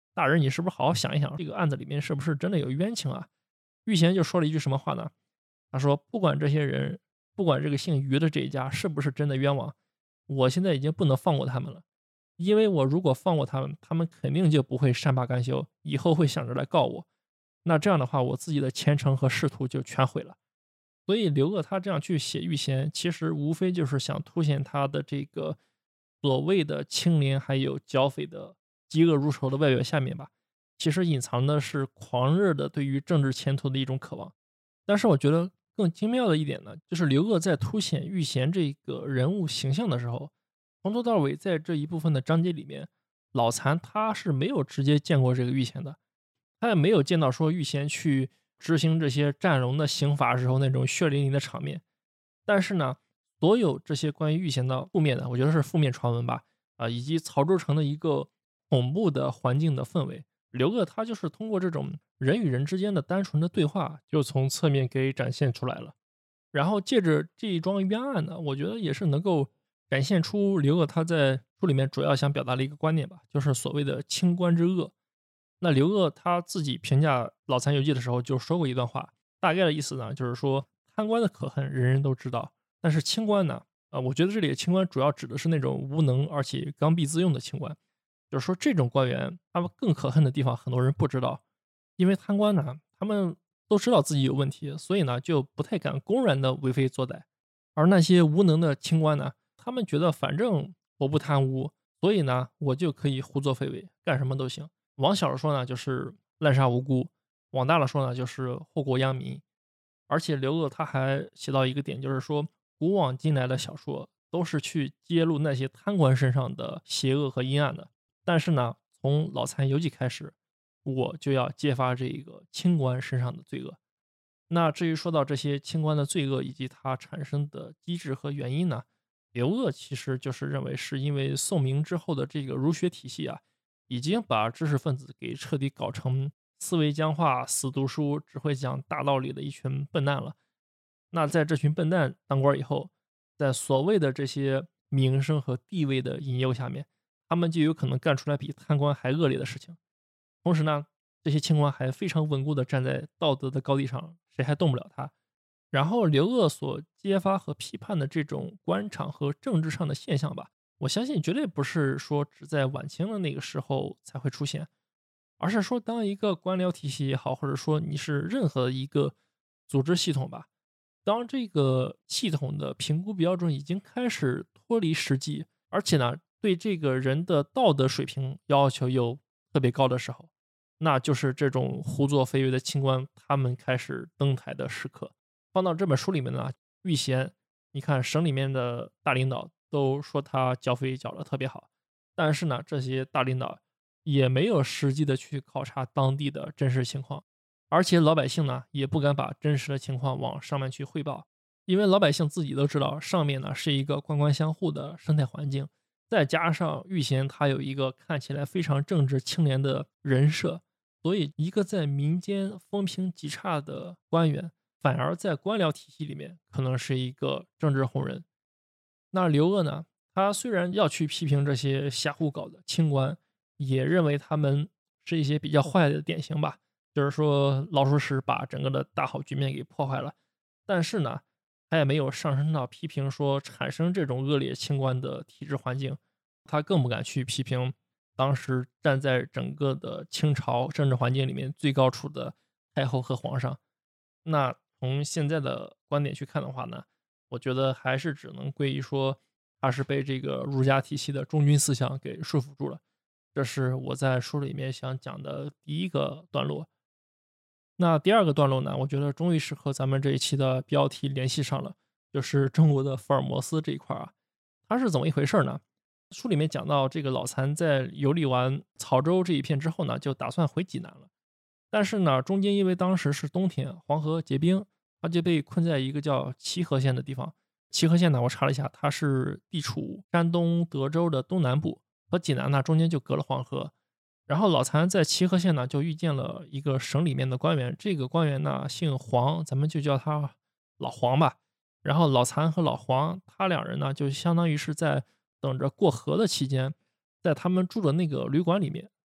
大人你是不是好好想一想，这个案子里面是不是真的有冤情啊？”玉贤就说了一句什么话呢？他说：“不管这些人，不管这个姓于的这一家是不是真的冤枉，我现在已经不能放过他们了，因为我如果放过他们，他们肯定就不会善罢甘休，以后会想着来告我。那这样的话，我自己的前程和仕途就全毁了。”所以刘鹗他这样去写玉贤，其实无非就是想凸显他的这个所谓的清廉还有剿匪的嫉恶如仇的外表下面吧，其实隐藏的是狂热的对于政治前途的一种渴望。但是我觉得更精妙的一点呢，就是刘鹗在凸显玉贤这个人物形象的时候，从头到尾在这一部分的章节里面，老残他是没有直接见过这个玉贤的，他也没有见到说玉贤去执行这些战龙的刑罚时候那种血淋淋的场面。但是呢，所有这些关于玉贤的负面的，我觉得是负面传闻吧，以及曹州城的一个恐怖的环境的氛围，刘鹗他就是通过这种人与人之间的单纯的对话，就从侧面给展现出来了。然后借着这一桩冤案呢，我觉得也是能够展现出刘鹗他在书里面主要想表达的一个观念吧，就是所谓的清官之恶。那刘鹗他自己评价《老残游记》的时候就说过一段话，大概的意思呢，就是说贪官的可恨人人都知道，但是清官呢，我觉得这里的清官主要指的是那种无能而且刚愎自用的清官，就是说这种官员他们更可恨的地方很多人不知道，因为贪官呢，他们都知道自己有问题，所以呢就不太敢公然的为非作歹，而那些无能的清官呢，他们觉得反正我不贪污，所以呢我就可以胡作非为，干什么都行。往小了说呢，就是滥杀无辜；往大了说呢，就是祸国殃民。而且刘鹗他还写到一个点，就是说古往今来的小说都是去揭露那些贪官身上的邪恶和阴暗的，但是呢，从《老残游记》开始，我就要揭发这个清官身上的罪恶。那至于说到这些清官的罪恶以及它产生的机制和原因呢，刘鹗其实就是认为是因为宋明之后的这个儒学体系啊，已经把知识分子给彻底搞成思维僵化、死读书、只会讲大道理的一群笨蛋了。那在这群笨蛋当官以后，在所谓的这些名声和地位的引诱下面，他们就有可能干出来比贪官还恶劣的事情。同时呢，这些清官还非常稳固地站在道德的高地上，谁还动不了他。然后刘鹗所揭发和批判的这种官场和政治上的现象吧，我相信绝对不是说只在晚清的那个时候才会出现，而是说当一个官僚体系也好，或者说你是任何一个组织系统吧，当这个系统的评估标准已经开始脱离实际，而且呢，对这个人的道德水平要求又特别高的时候，那就是这种胡作非为的清官他们开始登台的时刻。放到这本书里面呢，玉贤，你看省里面的大领导都说他剿匪剿得特别好，但是呢，这些大领导也没有实际的去考察当地的真实情况，而且老百姓呢也不敢把真实的情况往上面去汇报，因为老百姓自己都知道上面呢是一个官官相护的生态环境，再加上玉贤他有一个看起来非常正直清廉的人设，所以一个在民间风评极差的官员，反而在官僚体系里面可能是一个政治红人。那刘鹗呢，他虽然要去批评这些瞎胡搞的清官，也认为他们是一些比较坏的典型吧，就是说老鼠屎把整个的大好局面给破坏了。但是呢，他也没有上升到批评说产生这种恶劣清官的体制环境，他更不敢去批评当时站在整个的清朝政治环境里面最高处的太后和皇上。那从现在的观点去看的话呢，我觉得还是只能归于说他是被这个儒家体系的忠君思想给束缚住了。这是我在书里面想讲的第一个段落。那第二个段落呢，我觉得终于是和咱们这一期的标题联系上了，就是中国的福尔摩斯这一块啊，它是怎么一回事呢？书里面讲到，这个老残在游历完曹州这一片之后呢，就打算回济南了。但是呢，中间因为当时是冬天，黄河结冰，他就被困在一个叫齐河县的地方。齐河县呢，我查了一下，它是地处山东德州的东南部，和济南呢中间就隔了黄河。然后老残在齐河县呢就遇见了一个省里面的官员，这个官员呢姓黄，咱们就叫他老黄吧。然后老残和老黄他两人呢就相当于是在等着过河的期间，在他们住的那个旅馆里面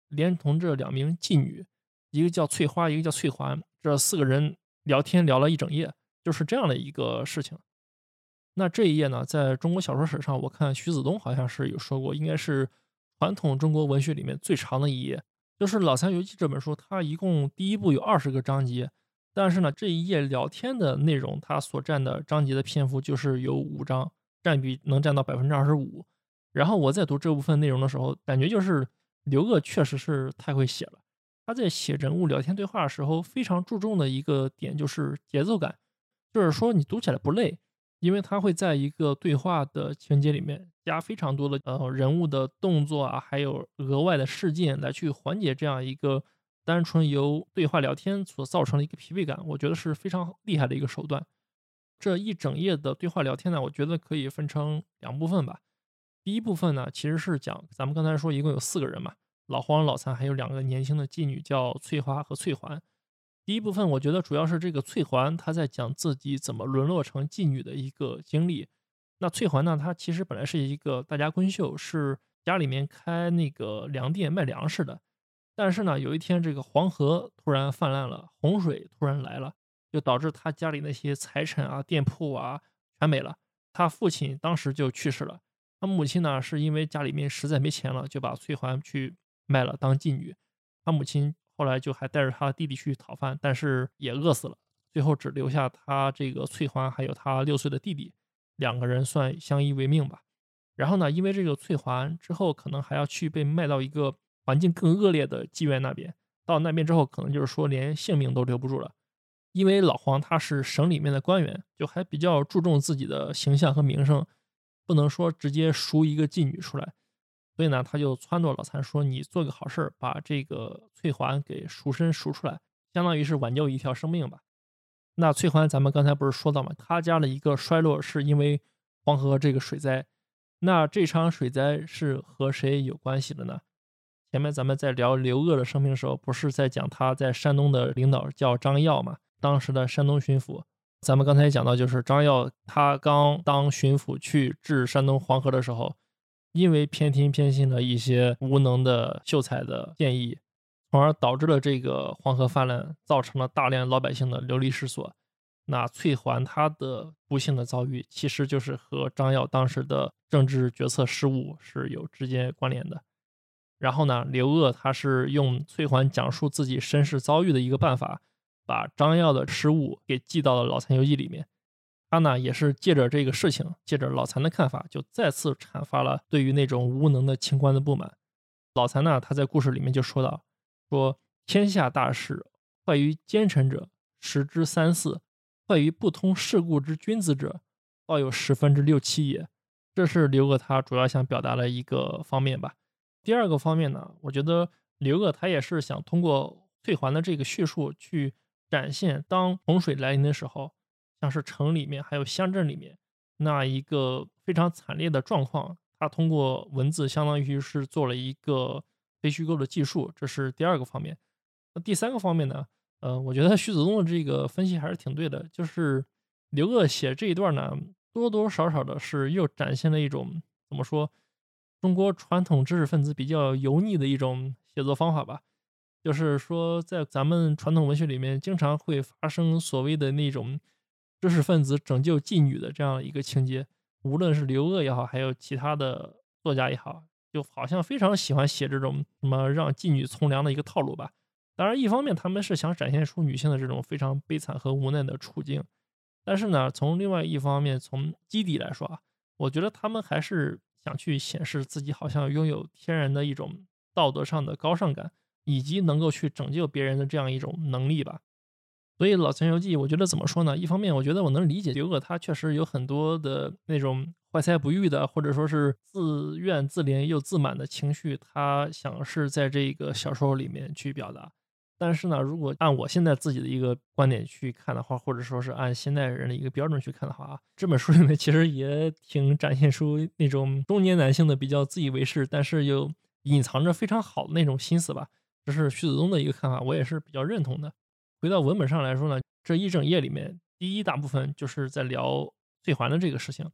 连同这2名妓女，一个叫翠花，一个叫翠环，这4个人聊天聊了一整夜，就是这样的一个事情。那这一页呢，在中国小说史上，我看徐子东好像是有说过，应该是传统中国文学里面最长的一页。就是《老残游记》这本书，它一共第一部有20个章节，但是呢，这一页聊天的内容，它所占的章节的篇幅就是有5章，占比能占到25%。然后我在读这部分内容的时候，感觉就是刘鹗确实是太会写了。他在写人物聊天对话的时候，非常注重的一个点就是节奏感，就是说你读起来不累，因为他会在一个对话的情节里面加非常多的人物的动作啊，还有额外的事件来去缓解这样一个单纯由对话聊天所造成的一个疲惫感，我觉得是非常厉害的一个手段。这一整页的对话聊天呢，我觉得可以分成2部分吧。第一部分呢，其实是讲咱们刚才说一共有4个人嘛，老黄、老残还有2个年轻的妓女叫翠花和翠环。第一部分我觉得主要是这个翠环她在讲自己怎么沦落成妓女的一个经历。那翠环呢，她其实本来是一个大家闺秀，是家里面开那个粮店卖粮食的。但是呢，有一天这个黄河突然泛滥了，洪水突然来了，就导致他家里那些财产啊、店铺啊全没了。他父亲当时就去世了，他母亲呢是因为家里面实在没钱了，就把翠环去卖了当妓女。他母亲后来就还带着他弟弟去讨饭，但是也饿死了，最后只留下他这个翠环还有他6岁的弟弟，2个人算相依为命吧。然后呢，因为这个翠环之后可能还要去被卖到一个环境更恶劣的妓院那边，到那边之后可能就是说连性命都留不住了。因为老黄他是省里面的官员，就还比较注重自己的形象和名声，不能说直接赎一个妓女出来。所以呢，他就撺掇老残说：“你做个好事儿，把这个翠环给赎身赎出来，相当于是挽救一条生命吧。”那翠环咱们刚才不是说到嘛，他家的一个衰落是因为黄河这个水灾。那这场水灾是和谁有关系的呢？前面咱们在聊刘鹗的生平的时候，不是在讲他在山东的领导叫张耀嘛？当时的山东巡抚，咱们刚才也讲到，就是张耀他刚当巡抚去治山东黄河的时候，因为偏听偏信了一些无能的秀才的建议，从而导致了这个黄河泛滥，造成了大量老百姓的流离失所。那翠环他的不幸的遭遇，其实就是和张耀当时的政治决策失误是有直接关联的。然后呢，刘鹗他是用翠环讲述自己身世遭遇的一个办法，把张耀的失误给记到了《老残游记》里面。他呢也是借着这个事情，借着老残的看法，就再次阐发了对于那种无能的清官的不满。老残呢，他在故事里面就说到，说天下大事，坏于奸臣者，十之三四；坏于不通世故之君子者，倒有6/10-7也。这是刘鹗他主要想表达的一个方面吧。第二个方面呢，我觉得刘鹗他也是想通过翠环的这个叙述去展现，当洪水来临的时候，像是城里面还有乡镇里面那一个非常惨烈的状况，他通过文字相当于是做了一个非虚构的记述，这是第二个方面。那第三个方面呢，我觉得徐子东的这个分析还是挺对的，就是刘鹗写这一段呢，多多少少的是又展现了一种怎么说，中国传统知识分子比较油腻的一种写作方法吧。就是说，在咱们传统文学里面，经常会发生所谓的那种知识分子拯救妓女的这样一个情节，无论是刘鹗也好，还有其他的作家也好，就好像非常喜欢写这种什么让妓女从良的一个套路吧。当然，一方面他们是想展现出女性的这种非常悲惨和无奈的处境，但是呢，从另外一方面，从基底来说啊，我觉得他们还是想去显示自己好像拥有天然的一种道德上的高尚感，以及能够去拯救别人的这样一种能力吧。所以《老残游记》我觉得怎么说呢？一方面我觉得我能理解刘鹗他确实有很多的那种怀才不遇的，或者说是自怨自怜又自满的情绪，他想是在这个小说里面去表达。但是呢，如果按我现在自己的一个观点去看的话，或者说是按现代人的一个标准去看的话啊，这本书里面其实也挺展现出那种中年男性的比较自以为是，但是又隐藏着非常好的那种心思吧。这是徐子东的一个看法，我也是比较认同的。回到文本上来说呢，这一整页里面，第一大部分就是在聊翠环的这个事情。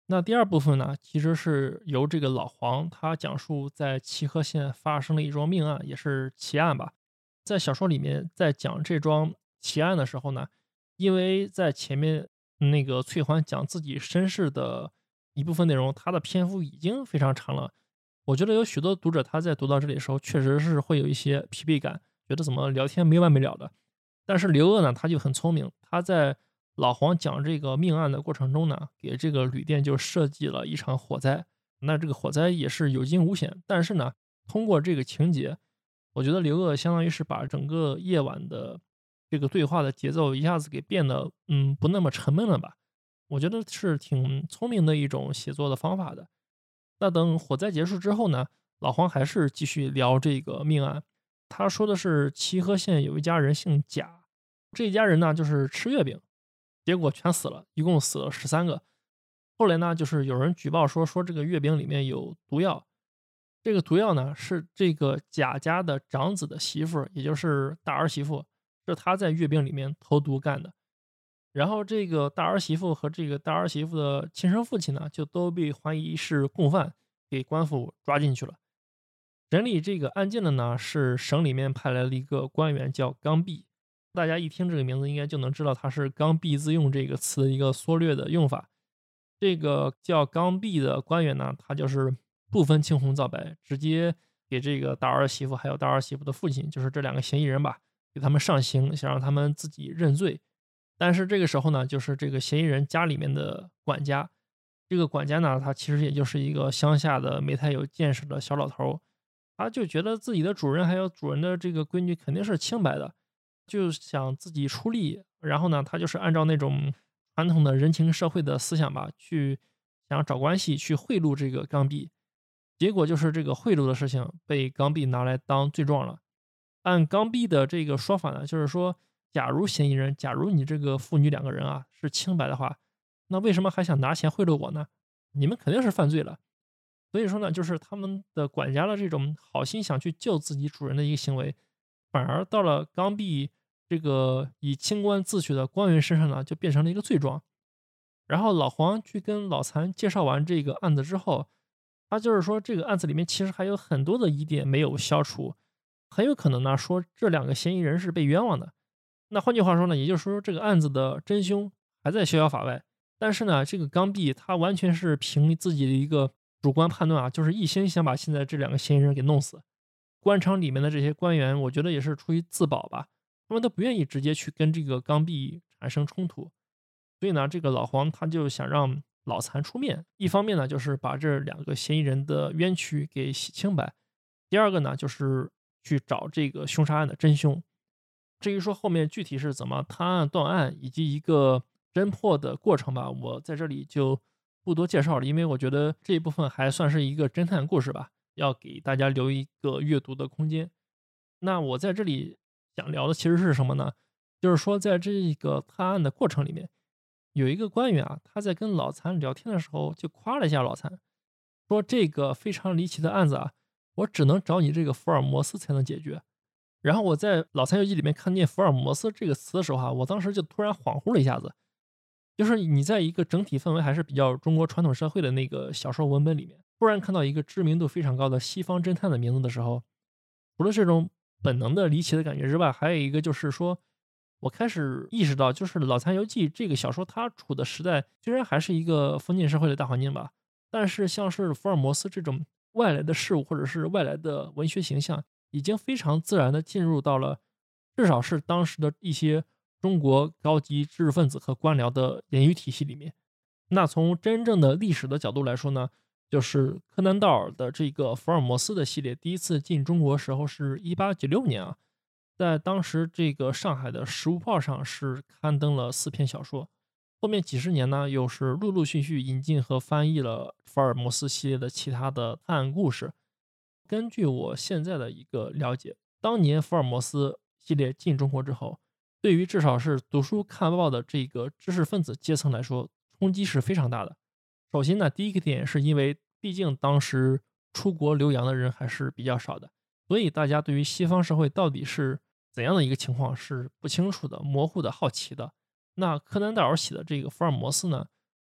那第二部分呢，其实是由这个老黄他讲述在齐河县发生的一桩命案，也是奇案吧。在小说里面在讲这桩奇案的时候呢，因为在前面那个翠环讲自己身世的一部分内容，他的篇幅已经非常长了。我觉得有许多读者他在读到这里的时候，确实是会有一些疲惫感，觉得怎么聊天没完没了的。但是刘鄂呢，他就很聪明，他在老黄讲这个命案的过程中呢，给这个旅店就设计了一场火灾。那这个火灾也是有惊无险，但是呢，通过这个情节，我觉得刘鄂相当于是把整个夜晚的这个对话的节奏一下子给变得，不那么沉闷了吧。我觉得是挺聪明的一种写作的方法的。那等火灾结束之后呢，老黄还是继续聊这个命案。他说的是齐河县有一家人姓贾，这一家人呢就是吃月饼，结果全死了，一共死了13个。后来呢，就是有人举报说这个月饼里面有毒药，这个毒药呢是这个贾家的长子的媳妇儿，也就是大儿媳妇，是他在月饼里面投毒干的。然后这个大儿媳妇和这个大儿媳妇的亲生父亲呢，就都被怀疑是共犯，给官府抓进去了。审理这个案件的呢，是省里面派来了一个官员叫刚愎。大家一听这个名字，应该就能知道他是刚愎自用这个词的一个缩略的用法。这个叫刚愎的官员呢，他就是不分青红皂白，直接给这个大儿媳妇还有大儿媳妇的父亲，就是这两个嫌疑人吧，给他们上刑，想让他们自己认罪。但是这个时候呢，就是这个嫌疑人家里面的管家，这个管家呢，他其实也就是一个乡下的没太有见识的小老头儿，他就觉得自己的主人还有主人的这个闺女肯定是清白的，就想自己出力。然后呢，他就是按照那种传统的人情社会的思想吧，去想找关系去贿赂这个刚愎。结果就是这个贿赂的事情被刚愎拿来当罪状了。按刚愎的这个说法呢，就是说，假如嫌疑人，假如你这个父女两个人啊是清白的话，那为什么还想拿钱贿赂我呢？你们肯定是犯罪了。所以说呢，就是他们的管家的这种好心想去救自己主人的一个行为，反而到了刚愎这个以清官自诩的官员身上呢，就变成了一个罪状。然后老黄去跟老残介绍完这个案子之后，他就是说这个案子里面其实还有很多的疑点没有消除，很有可能呢说这两个嫌疑人是被冤枉的。那换句话说呢，也就是说这个案子的真凶还在逍遥法外。但是呢，这个刚愎他完全是凭自己的一个主观判断啊，就是一心想把现在这两个嫌疑人给弄死。官场里面的这些官员，我觉得也是出于自保吧，他们都不愿意直接去跟这个刚愎产生冲突。所以呢，这个老黄他就想让老残出面，一方面呢就是把这两个嫌疑人的冤屈给洗清白，第二个呢就是去找这个凶杀案的真凶。至于说后面具体是怎么探案断案，以及一个侦破的过程吧，我在这里就不多介绍了，因为我觉得这一部分还算是一个侦探故事吧，要给大家留一个阅读的空间。那我在这里想聊的其实是什么呢？就是说在这个探案的过程里面，有一个官员啊，他在跟老残聊天的时候就夸了一下老残，说这个非常离奇的案子啊，我只能找你这个福尔摩斯才能解决。然后我在《老残游记》里面看见福尔摩斯这个词的时候啊，我当时就突然恍惚了一下子，就是你在一个整体氛围还是比较中国传统社会的那个小说文本里面，突然看到一个知名度非常高的西方侦探的名字的时候，除了这种本能的离奇的感觉之外，还有一个就是说，我开始意识到，就是《老残游记》这个小说它处的时代虽然还是一个封建社会的大环境吧，但是像是福尔摩斯这种外来的事物或者是外来的文学形象，已经非常自然的进入到了至少是当时的一些中国高级知识分子和官僚的言语体系里面。那从真正的历史的角度来说呢，就是柯南道尔的这个福尔摩斯的系列第一次进中国时候是1896年啊，在当时这个上海的时务报上是刊登了4篇小说。后面几十年呢，又是陆陆续续引进和翻译了福尔摩斯系列的其他的探案故事。根据我现在的一个了解，当年福尔摩斯系列进中国之后，对于至少是读书看报的这个知识分子阶层来说，冲击是非常大的。首先呢，第一个点是因为毕竟当时出国留洋的人还是比较少的，所以大家对于西方社会到底是怎样的一个情况是不清楚的、模糊的、好奇的。那柯南道尔写的这个福尔摩斯呢，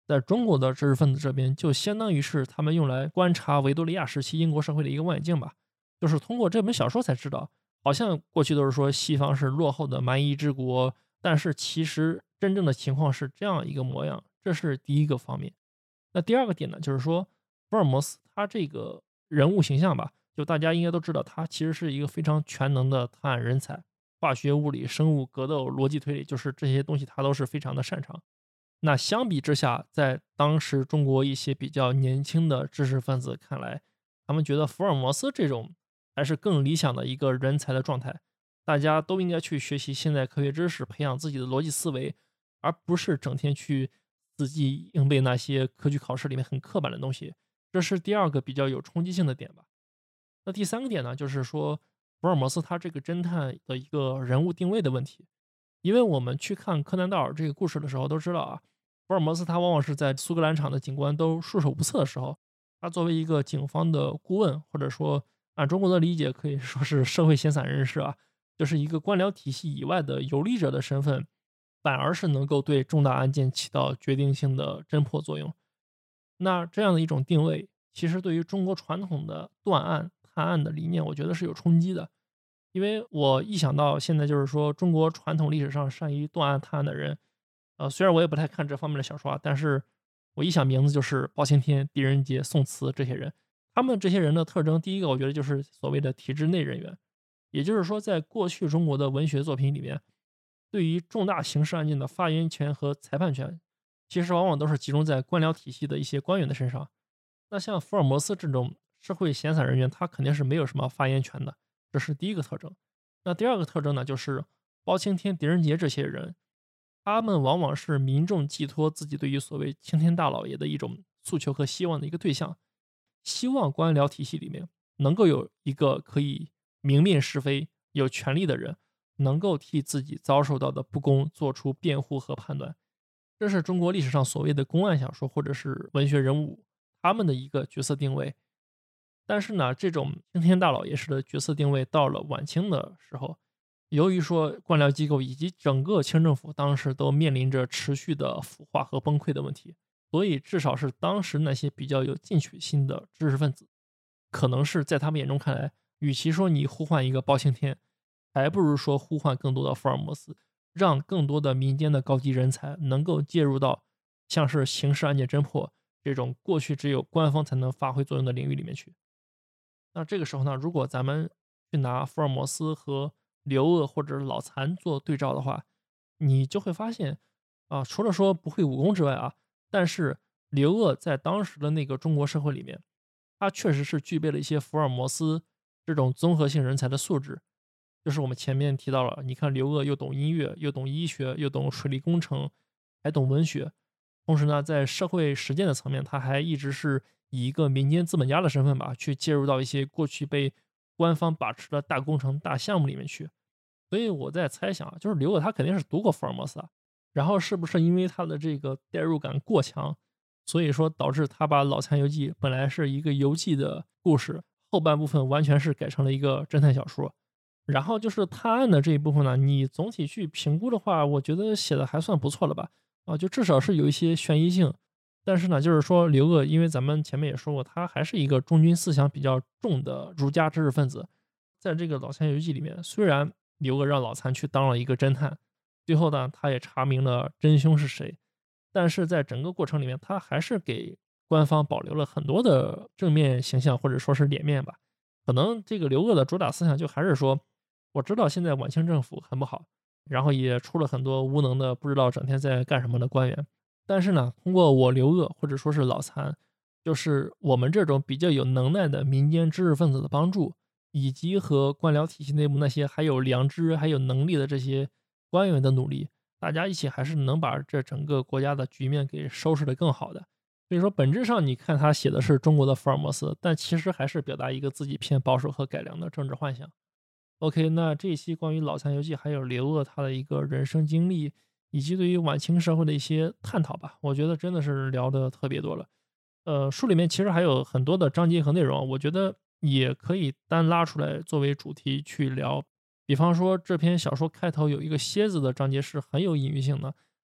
在中国的知识分子这边，就相当于是他们用来观察维多利亚时期英国社会的一个望远镜吧。就是通过这本小说才知道，好像过去都是说西方是落后的蛮夷之国，但是其实真正的情况是这样一个模样，这是第一个方面。那第二个点呢，就是说福尔摩斯他这个人物形象吧，就大家应该都知道，他其实是一个非常全能的探案人才，化学、物理、生物、格斗、逻辑推理，就是这些东西他都是非常的擅长。那相比之下，在当时中国一些比较年轻的知识分子看来，他们觉得福尔摩斯这种还是更理想的一个人才的状态。大家都应该去学习现代科学知识，培养自己的逻辑思维，而不是整天去死记硬背那些科举考试里面很刻板的东西。这是第二个比较有冲击性的点吧。那第三个点呢，就是说福尔摩斯他这个侦探的一个人物定位的问题。因为我们去看柯南道尔这个故事的时候都知道啊，福尔摩斯他往往是在苏格兰场的警官都束手无策的时候，他作为一个警方的顾问，或者说按中国的理解可以说是社会闲散人士啊，就是一个官僚体系以外的游历者的身份，反而是能够对重大案件起到决定性的侦破作用。那这样的一种定位，其实对于中国传统的断案探案的理念，我觉得是有冲击的。因为我一想到现在就是说中国传统历史上善于断案探案的人，虽然我也不太看这方面的小说啊，但是我一想名字就是包青天、狄仁杰、宋慈这些人。他们这些人的特征，第一个我觉得就是所谓的体制内人员，也就是说，在过去中国的文学作品里面，对于重大刑事案件的发言权和裁判权，其实往往都是集中在官僚体系的一些官员的身上。那像福尔摩斯这种社会闲散人员，他肯定是没有什么发言权的，这是第一个特征。那第二个特征呢，就是包青天、狄仁杰这些人，他们往往是民众寄托自己对于所谓青天大老爷的一种诉求和希望的一个对象，希望官僚体系里面能够有一个可以明辨是非、有权利的人，能够替自己遭受到的不公做出辩护和判断。这是中国历史上所谓的公案小说或者是文学人物他们的一个角色定位。但是呢，这种青天大老爷式的角色定位到了晚清的时候，由于说官僚机构以及整个清政府当时都面临着持续的腐化和崩溃的问题，所以至少是当时那些比较有进取心的知识分子，可能是在他们眼中看来，与其说你呼唤一个包青天，还不如说呼唤更多的福尔摩斯，让更多的民间的高级人才能够介入到像是刑事案件侦破这种过去只有官方才能发挥作用的领域里面去。那这个时候呢，如果咱们去拿福尔摩斯和刘鹗或者老残做对照的话，你就会发现，啊，除了说不会武功之外啊，但是刘鹗在当时的那个中国社会里面，他确实是具备了一些福尔摩斯这种综合性人才的素质。就是我们前面提到了，你看刘鹗又懂音乐，又懂医学，又懂水利工程，还懂文学。同时呢，在社会实践的层面，他还一直是以一个民间资本家的身份吧，去介入到一些过去被官方把持的大工程、大项目里面去。所以我在猜想啊，就是刘鹗他肯定是读过福尔摩斯啊，然后是不是因为他的这个代入感过强，所以说导致他把《老残游记》本来是一个游记的故事，后半部分完全是改成了一个侦探小说。然后就是探案的这一部分呢，你总体去评估的话，我觉得写的还算不错了吧？啊，就至少是有一些悬疑性。但是呢，就是说刘鹗，因为咱们前面也说过，他还是一个忠君思想比较重的儒家知识分子。在这个《老残游记》里面，虽然刘鹗让老残去当了一个侦探，最后呢，他也查明了真凶是谁，但是在整个过程里面，他还是给官方保留了很多的正面形象，或者说是脸面吧。可能这个刘鹗的主打思想就还是说，我知道现在晚清政府很不好，然后也出了很多无能的、不知道整天在干什么的官员。但是呢，通过我刘鹗或者说是老残，就是我们这种比较有能耐的民间知识分子的帮助，以及和官僚体系内部那些还有良知、还有能力的这些官员的努力，大家一起还是能把这整个国家的局面给收拾得更好的。所以说，本质上你看他写的是中国的福尔摩斯，但其实还是表达一个自己偏保守和改良的政治幻想。OK，那这一期关于《老残游记》还有刘鹗他的一个人生经历，以及对于晚清社会的一些探讨吧，我觉得真的是聊的特别多了。书里面其实还有很多的章节和内容，我觉得也可以单拉出来作为主题去聊。比方说这篇小说开头有一个蝎子的章节是很有隐喻性的，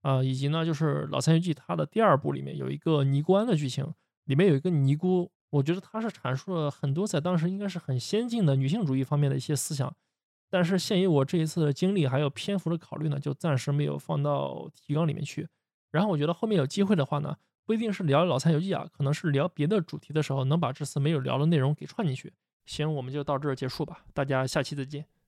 以及呢，就是《老残游记》它的第二部里面有一个尼姑庵的剧情，里面有一个尼姑，我觉得它是阐述了很多在当时应该是很先进的女性主义方面的一些思想，但是限于我这一次的经历还有篇幅的考虑呢，就暂时没有放到提纲里面去。然后我觉得后面有机会的话呢，不一定是聊《老残游记》啊，可能是聊别的主题的时候，能把这次没有聊的内容给串进去。行，我们就到这儿结束吧，大家下期再见。